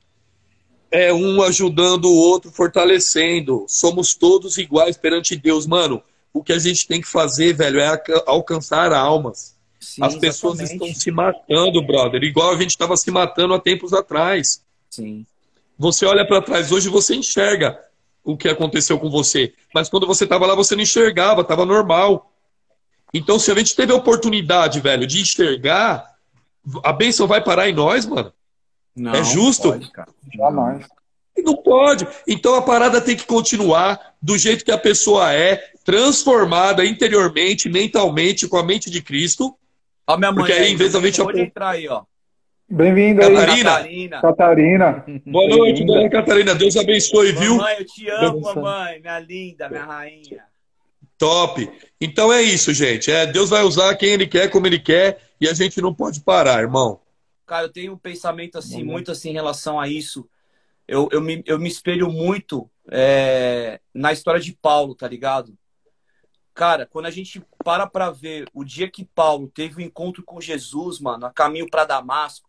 Speaker 3: É um ajudando o outro, fortalecendo. Somos todos iguais perante Deus, mano. O que a gente tem que fazer, velho, é alcançar almas.
Speaker 4: Sim,
Speaker 3: as pessoas
Speaker 4: exatamente.
Speaker 3: estão se matando, brother, igual a gente estava se matando há tempos atrás.
Speaker 4: Sim.
Speaker 3: Você olha para trás hoje e você enxerga o que aconteceu com você. Mas quando você estava lá, você não enxergava, estava normal. Então, se a gente teve a oportunidade, velho, de enxergar, a bênção vai parar em nós, mano?
Speaker 4: Não,
Speaker 3: é justo?
Speaker 4: Pode, cara.
Speaker 2: Jamais.
Speaker 3: Não pode. Então a parada tem que continuar do jeito que a pessoa é, transformada interiormente, mentalmente, com a mente de Cristo.
Speaker 4: Ó, minha mãe
Speaker 3: Porque aí, em vez da gente...
Speaker 4: Pode entrar aí, ó.
Speaker 2: Bem-vindo aí,
Speaker 3: Catarina.
Speaker 2: Catarina.
Speaker 3: Boa noite, dona Catarina. Deus abençoe, viu?
Speaker 4: Mamãe, eu te amo, mamãe. Minha linda, minha rainha.
Speaker 3: Top. Então é isso, gente. Deus vai usar quem Ele quer, como Ele quer, e a gente não pode parar, irmão.
Speaker 4: Cara, eu tenho um pensamento assim, muito assim em relação a isso. Eu me espelho muito na história de Paulo, tá ligado? Cara, quando a gente para ver o dia que Paulo teve o encontro com Jesus, mano, a caminho para Damasco,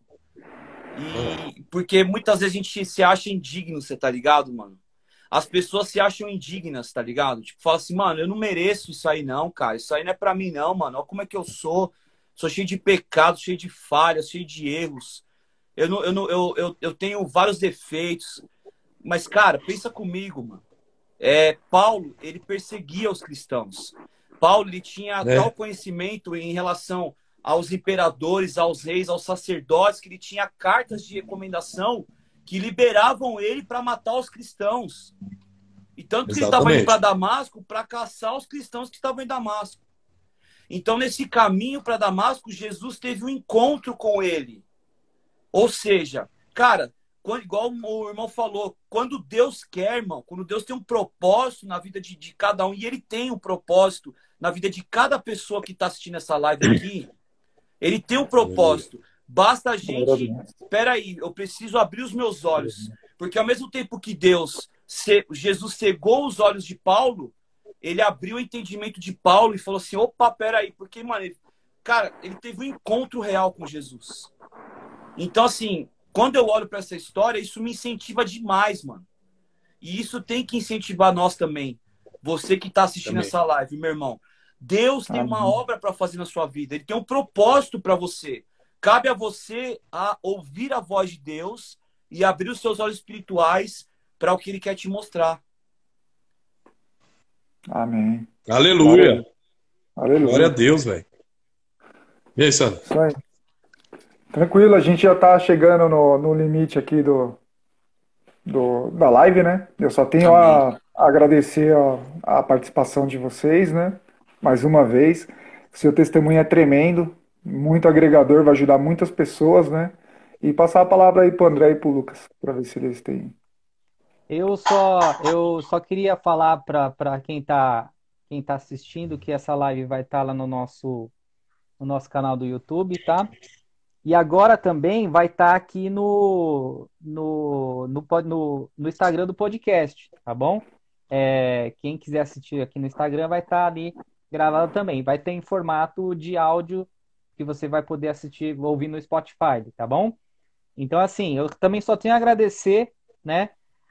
Speaker 4: porque muitas vezes a gente se acha indigno, você tá ligado, mano? As pessoas se acham indignas, tá ligado? Tipo, fala assim, mano, eu não mereço isso aí não, cara. Isso aí não é pra mim não, mano. Olha como é que eu sou. Sou cheio de pecados, cheio de falhas, cheio de erros. Eu tenho vários defeitos. Mas, cara, pensa comigo, mano. Paulo, ele perseguia os cristãos. Paulo, ele tinha tal conhecimento em relação aos imperadores, aos reis, aos sacerdotes, que ele tinha cartas de recomendação que liberavam ele para matar os cristãos. E tanto que ele estava indo para Damasco para caçar os cristãos que estavam em Damasco. Então, nesse caminho para Damasco, Jesus teve um encontro com ele. Ou seja, cara, igual o irmão falou, quando Deus quer, irmão, quando Deus tem um propósito na vida de cada um, e Ele tem um propósito na vida de cada pessoa que está assistindo essa live aqui, Ele tem um propósito. Basta a gente... Espera aí, eu preciso abrir os meus olhos. Porque ao mesmo tempo que Jesus cegou os olhos de Paulo, ele abriu o entendimento de Paulo e falou assim, opa, peraí, porque, mano, ele teve um encontro real com Jesus. Então, assim, quando eu olho para essa história, isso me incentiva demais, mano. E isso tem que incentivar nós também. Você que está assistindo essa live, meu irmão. Deus tem uma obra para fazer na sua vida. Ele tem um propósito para você. Cabe a você a ouvir a voz de Deus e abrir os seus olhos espirituais para o que Ele quer te mostrar.
Speaker 2: Amém.
Speaker 3: Aleluia.
Speaker 2: Aleluia.
Speaker 3: Glória a Deus, velho. E aí, Sandro?
Speaker 2: Isso aí. Tranquilo, a gente já está chegando no limite aqui da live, né? Eu só tenho
Speaker 4: Amém.
Speaker 2: a agradecer a participação de vocês, né? Mais uma vez. O seu testemunho é tremendo, muito agregador, vai ajudar muitas pessoas, né? E passar a palavra aí para o André e para o Lucas, para ver se eles têm.
Speaker 1: Eu só queria falar para quem tá assistindo que essa live vai estar lá no nosso canal do YouTube, tá? E agora também vai estar aqui no Instagram do podcast, tá bom? Quem quiser assistir aqui no Instagram vai estar ali gravado também. Vai ter em formato de áudio que você vai poder assistir, ouvir no Spotify, tá bom? Então, assim, eu também só tenho a agradecer, né?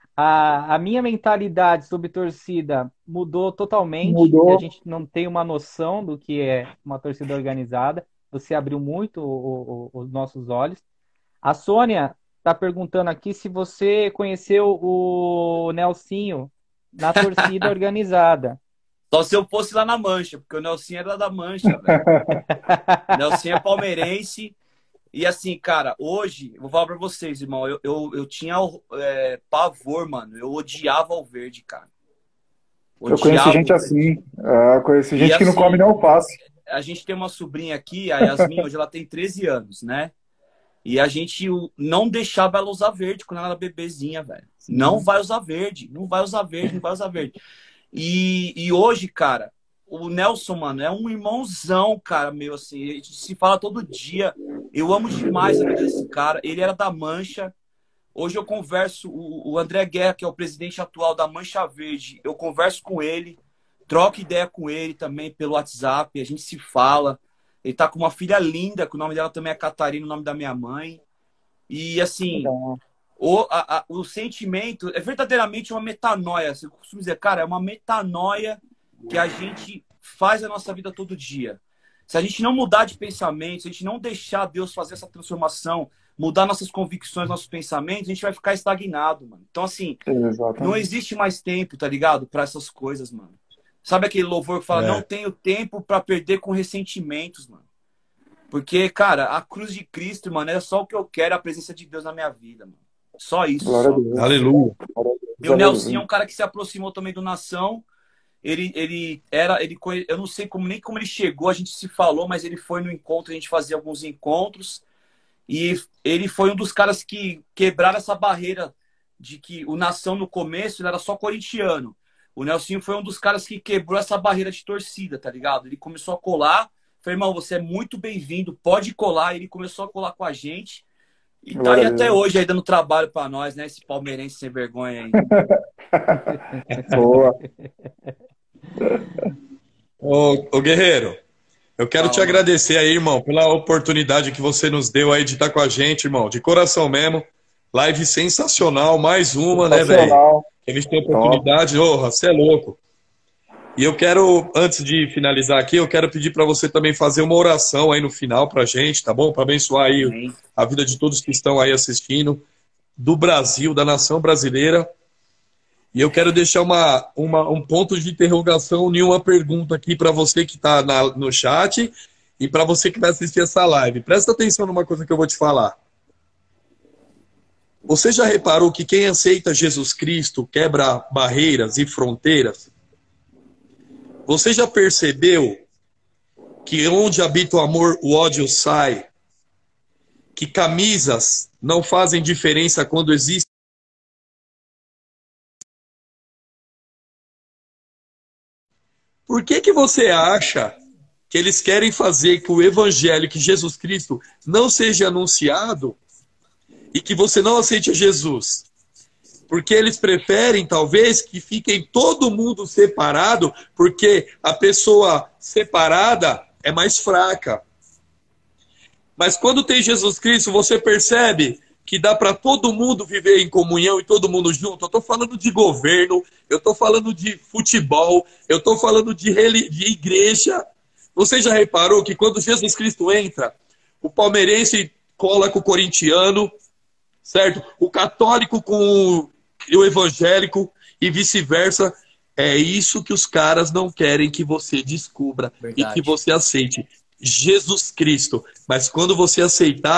Speaker 1: A minha mentalidade sobre torcida mudou totalmente. A
Speaker 2: Mudou.
Speaker 1: gente não tem uma noção do que é uma torcida organizada. Você abriu muito os nossos olhos. A Sônia está perguntando aqui se você conheceu o Nelsinho na torcida organizada.
Speaker 4: Só se eu fosse lá na Mancha, porque o Nelsinho era da Mancha, velho. O Nelsinho é palmeirense. E assim, cara, hoje, eu vou falar pra vocês, irmão, eu tinha pavor, mano. Eu odiava o verde, cara.
Speaker 2: Eu conheço
Speaker 4: Odiava
Speaker 2: gente
Speaker 4: o verde.
Speaker 2: assim, conheço
Speaker 4: E
Speaker 2: gente que não come
Speaker 4: assim,
Speaker 2: nem alface.
Speaker 4: a gente tem uma sobrinha aqui, a Yasmin, hoje ela tem 13 anos, né? E a gente não deixava ela usar verde quando ela era bebezinha, velho. Não vai usar verde, não vai usar verde, não vai usar verde. E hoje, cara, o Nelson, mano, é um irmãozão, cara, meu, assim. A gente se fala todo dia. Eu amo demais a vida desse cara. Ele era da Mancha. Hoje eu converso, o André Guerra, que é o presidente atual da Mancha Verde, eu converso com ele, troco ideia com ele também pelo WhatsApp, a gente se fala. Ele tá com uma filha linda, que o nome dela também é Catarina, o nome da minha mãe. E assim,
Speaker 2: Legal.
Speaker 4: o sentimento é verdadeiramente uma metanoia. Eu costumo dizer, cara, é uma metanoia que a gente faz na nossa vida todo dia. Se a gente não mudar de pensamento, se a gente não deixar Deus fazer essa transformação, mudar nossas convicções, nossos pensamentos, a gente vai ficar estagnado, mano. Então, assim, não
Speaker 2: Exatamente.
Speaker 4: existe mais tempo, tá ligado? Para essas coisas, mano. Sabe aquele louvor que fala, não
Speaker 3: É.
Speaker 4: tenho tempo para perder com ressentimentos, mano. Porque, cara, a cruz de Cristo, mano, é só o que eu quero, a presença de Deus na minha vida, mano. Só isso,
Speaker 2: Glória a
Speaker 4: só.
Speaker 2: Deus.
Speaker 3: Aleluia.
Speaker 2: Glória a
Speaker 4: E o
Speaker 2: Deus,
Speaker 4: Nelson é
Speaker 2: aleluia.
Speaker 4: um cara que se aproximou também do Nação. Eu não sei nem como ele chegou, a gente se falou, mas ele foi no encontro, a gente fazia alguns encontros. E ele foi um dos caras que quebraram essa barreira de que o Nação no começo ele era só corintiano. O Nelsinho foi um dos caras que quebrou essa barreira de torcida, tá ligado? Ele começou a colar. Falei, irmão, você é muito bem-vindo, pode colar. Ele começou a colar com a gente. E tá aí
Speaker 2: Glória a
Speaker 4: até
Speaker 2: Deus.
Speaker 4: hoje aí dando trabalho pra nós, né? Esse palmeirense sem vergonha aí.
Speaker 2: Boa.
Speaker 3: Ô, Guerreiro, eu quero te
Speaker 4: Fala, mano.
Speaker 3: agradecer aí, irmão, pela oportunidade que você nos deu aí de estar com a gente, irmão, de coração mesmo. Live sensacional, mais uma, né, velho?
Speaker 2: Sensacional.
Speaker 3: A gente tem
Speaker 2: Top.
Speaker 3: oportunidade, você é louco. E eu quero, antes de finalizar aqui, eu quero pedir para você também fazer uma oração aí no final pra gente, tá bom? Para abençoar aí
Speaker 4: Amém.
Speaker 3: a vida de todos que estão aí assistindo, do Brasil, da nação brasileira. E eu quero deixar um ponto de interrogação em uma pergunta aqui para você que está no chat e para você que vai assistir essa live. Presta atenção numa coisa que eu vou te falar. Você já reparou que quem aceita Jesus Cristo quebra barreiras e fronteiras? Você já percebeu que onde habita o amor, o ódio sai? Que camisas não fazem diferença quando existe? Por que você acha que eles querem fazer que o evangelho, que Jesus Cristo não seja anunciado e que você não aceite a Jesus? Porque eles preferem, talvez, que fiquem todo mundo separado, porque a pessoa separada é mais fraca. Mas quando tem Jesus Cristo, você percebe que dá para todo mundo viver em comunhão e todo mundo junto. Eu estou falando de governo, eu estou falando de futebol, eu estou falando de igreja. Você já reparou que quando Jesus Cristo entra, o palmeirense cola com o corintiano, certo? O católico com o evangélico e vice-versa. É isso que os caras não querem que você descubra e que
Speaker 4: Verdade.
Speaker 3: você aceite. Jesus Cristo. Mas quando você aceitar,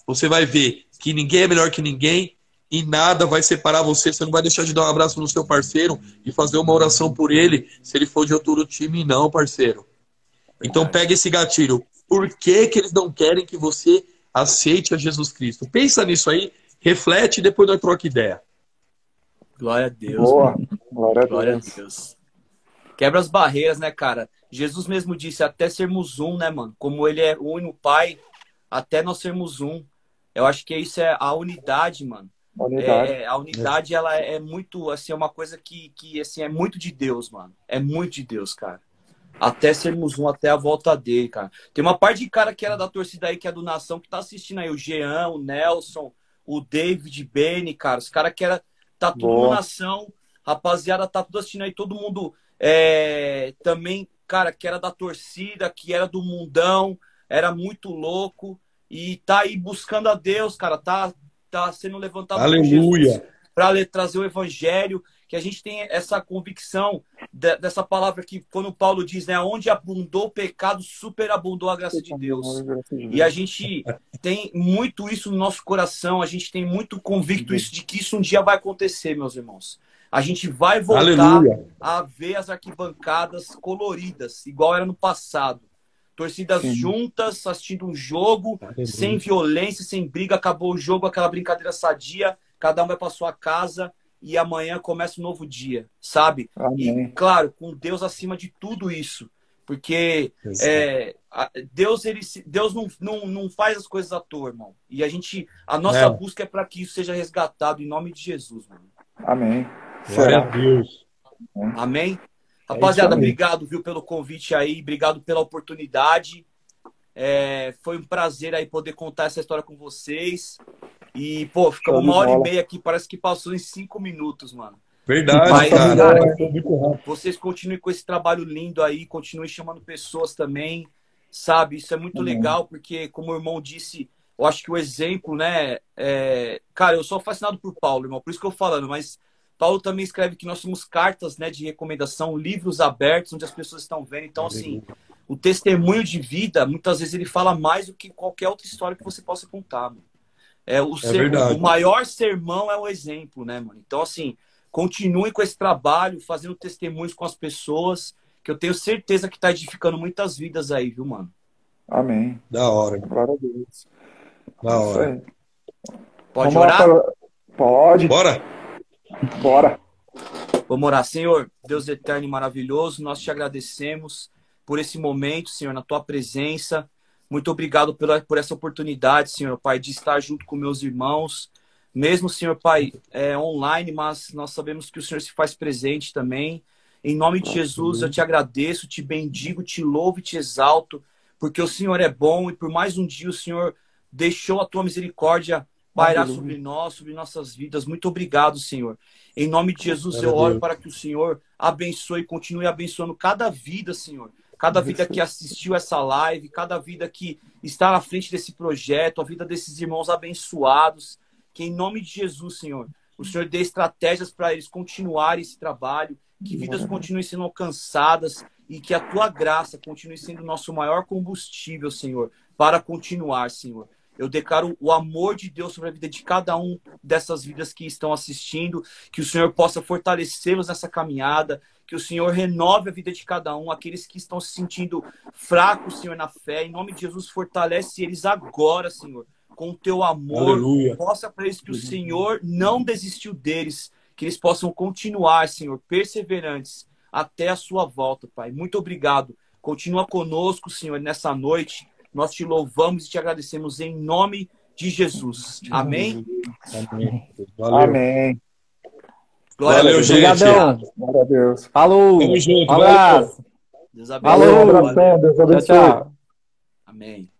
Speaker 3: você vai ver que ninguém é melhor que ninguém e nada vai separar você. Você não vai deixar de dar um abraço no seu parceiro e fazer uma oração por ele se ele for de outro time, não, parceiro. Então pega esse gatilho. Por que que eles não querem que você aceite a Jesus Cristo? Pensa nisso aí, reflete e depois nós troca ideia.
Speaker 4: Glória a Deus.
Speaker 2: Boa.
Speaker 4: Mano.
Speaker 2: Glória a
Speaker 4: Glória a
Speaker 2: Deus.
Speaker 4: Deus. Quebra as barreiras, né, cara? Jesus mesmo disse, até sermos um, né, mano? Como ele é um no Pai, até nós sermos um. Eu acho que isso é a unidade, mano.
Speaker 2: Unidade.
Speaker 4: A unidade, ela é muito, assim, é uma coisa que assim, é muito de Deus, mano. É muito de Deus, cara. Até sermos um, até a volta dele, cara. Tem uma parte de cara que era da torcida aí, que é do Nação, que tá assistindo aí. O Jean, o Nelson, o David, Benny, cara. Os caras que era... Tá tudo no Nação. Rapaziada, tá tudo assistindo aí. Todo mundo também, cara, que era da torcida, que era do mundão. Era muito louco. E tá aí buscando a Deus, cara. Tá sendo levantado por Jesus para trazer o evangelho. Que a gente tem essa convicção dessa palavra que, quando Paulo diz, né, onde abundou o pecado, superabundou a graça de Deus. E a gente tem muito isso no nosso coração, a gente tem muito convicto isso de que isso um dia vai acontecer, meus irmãos. A gente vai voltar a ver as arquibancadas coloridas, igual era no passado. Torcidas juntas, assistindo um jogo, sem violência, sem briga, acabou o jogo, aquela brincadeira sadia, cada um vai para sua casa. E amanhã começa um novo dia, sabe? Amém. E, claro, com Deus acima de tudo isso. Porque Deus não faz as coisas à toa, irmão. E a nossa busca é para que isso seja resgatado em nome de Jesus, mano.
Speaker 2: Amém.
Speaker 3: Glória a Deus.
Speaker 4: Amém? Rapaziada, obrigado, viu, pelo convite aí. Obrigado pela oportunidade. Foi um prazer aí poder contar essa história com vocês. E, pô, ficamos 1h30 aqui, parece que passou em 5 minutos, mano.
Speaker 3: Verdade,
Speaker 4: mas, cara,
Speaker 3: muito
Speaker 4: vocês continuem com esse trabalho lindo aí, continuem chamando pessoas também, sabe? Isso é muito legal, porque, como o irmão disse, eu acho que o exemplo, né? Cara, eu sou fascinado por Paulo, irmão, por isso que eu falando, mas Paulo também escreve que nós somos cartas, né, de recomendação, livros abertos, onde as pessoas estão vendo. Então, assim, o testemunho de vida, muitas vezes ele fala mais do que qualquer outra história que você possa contar, mano. O maior sermão é o exemplo, né, mano? Então, assim, continue com esse trabalho, fazendo testemunhos com as pessoas, que eu tenho certeza que tá edificando muitas vidas aí, viu, mano?
Speaker 2: Amém.
Speaker 3: Da hora.
Speaker 2: Glória a Deus.
Speaker 3: Da hora.
Speaker 4: Pode orar?
Speaker 2: Pode. Bora.
Speaker 4: Vamos orar. Senhor, Deus eterno e maravilhoso, nós te agradecemos por esse momento, Senhor, na tua presença. Muito obrigado por essa oportunidade, Senhor Pai, de estar junto com meus irmãos. Mesmo, Senhor Pai, online, mas nós sabemos que o Senhor se faz presente também. Em nome de Jesus, eu te agradeço, te bendigo, te louvo e te exalto, porque o Senhor é bom e por mais um dia o Senhor deixou a tua misericórdia pairar sobre nós, sobre nossas vidas. Muito obrigado, Senhor. Em nome de Jesus, eu oro para que o Senhor abençoe e continue abençoando cada vida, Senhor. Cada vida que assistiu essa live, cada vida que está na frente desse projeto, a vida desses irmãos abençoados. Que em nome de Jesus, Senhor, o Senhor dê estratégias para eles continuarem esse trabalho, que vidas continuem sendo alcançadas e que a tua graça continue sendo o nosso maior combustível, Senhor, para continuar, Senhor. Eu declaro o amor de Deus sobre a vida de cada um dessas vidas que estão assistindo, que o Senhor possa fortalecê-los nessa caminhada, que o Senhor renove a vida de cada um, aqueles que estão se sentindo fracos, Senhor, na fé. Em nome de Jesus, fortalece eles agora, Senhor, com o teu amor.
Speaker 3: Aleluia.
Speaker 4: Mostra para eles que o Senhor não desistiu deles, que eles possam continuar, Senhor, perseverantes até a sua volta, Pai. Muito obrigado. Continua conosco, Senhor, nessa noite. Nós te louvamos e te agradecemos em nome de Jesus. Amém?
Speaker 3: Amém. Valeu.
Speaker 2: Amém.
Speaker 4: Glória
Speaker 3: Valeu,
Speaker 4: a Deus.
Speaker 3: gente.
Speaker 1: Obrigadão.
Speaker 2: Glória a Deus.
Speaker 1: Falou.
Speaker 3: Tamo junto.
Speaker 1: Um abraço.
Speaker 4: Deus abençoe.
Speaker 1: Falou.
Speaker 2: Um abração. Deus
Speaker 1: Tchau,
Speaker 2: abençoe.
Speaker 1: tchau.
Speaker 4: Amém.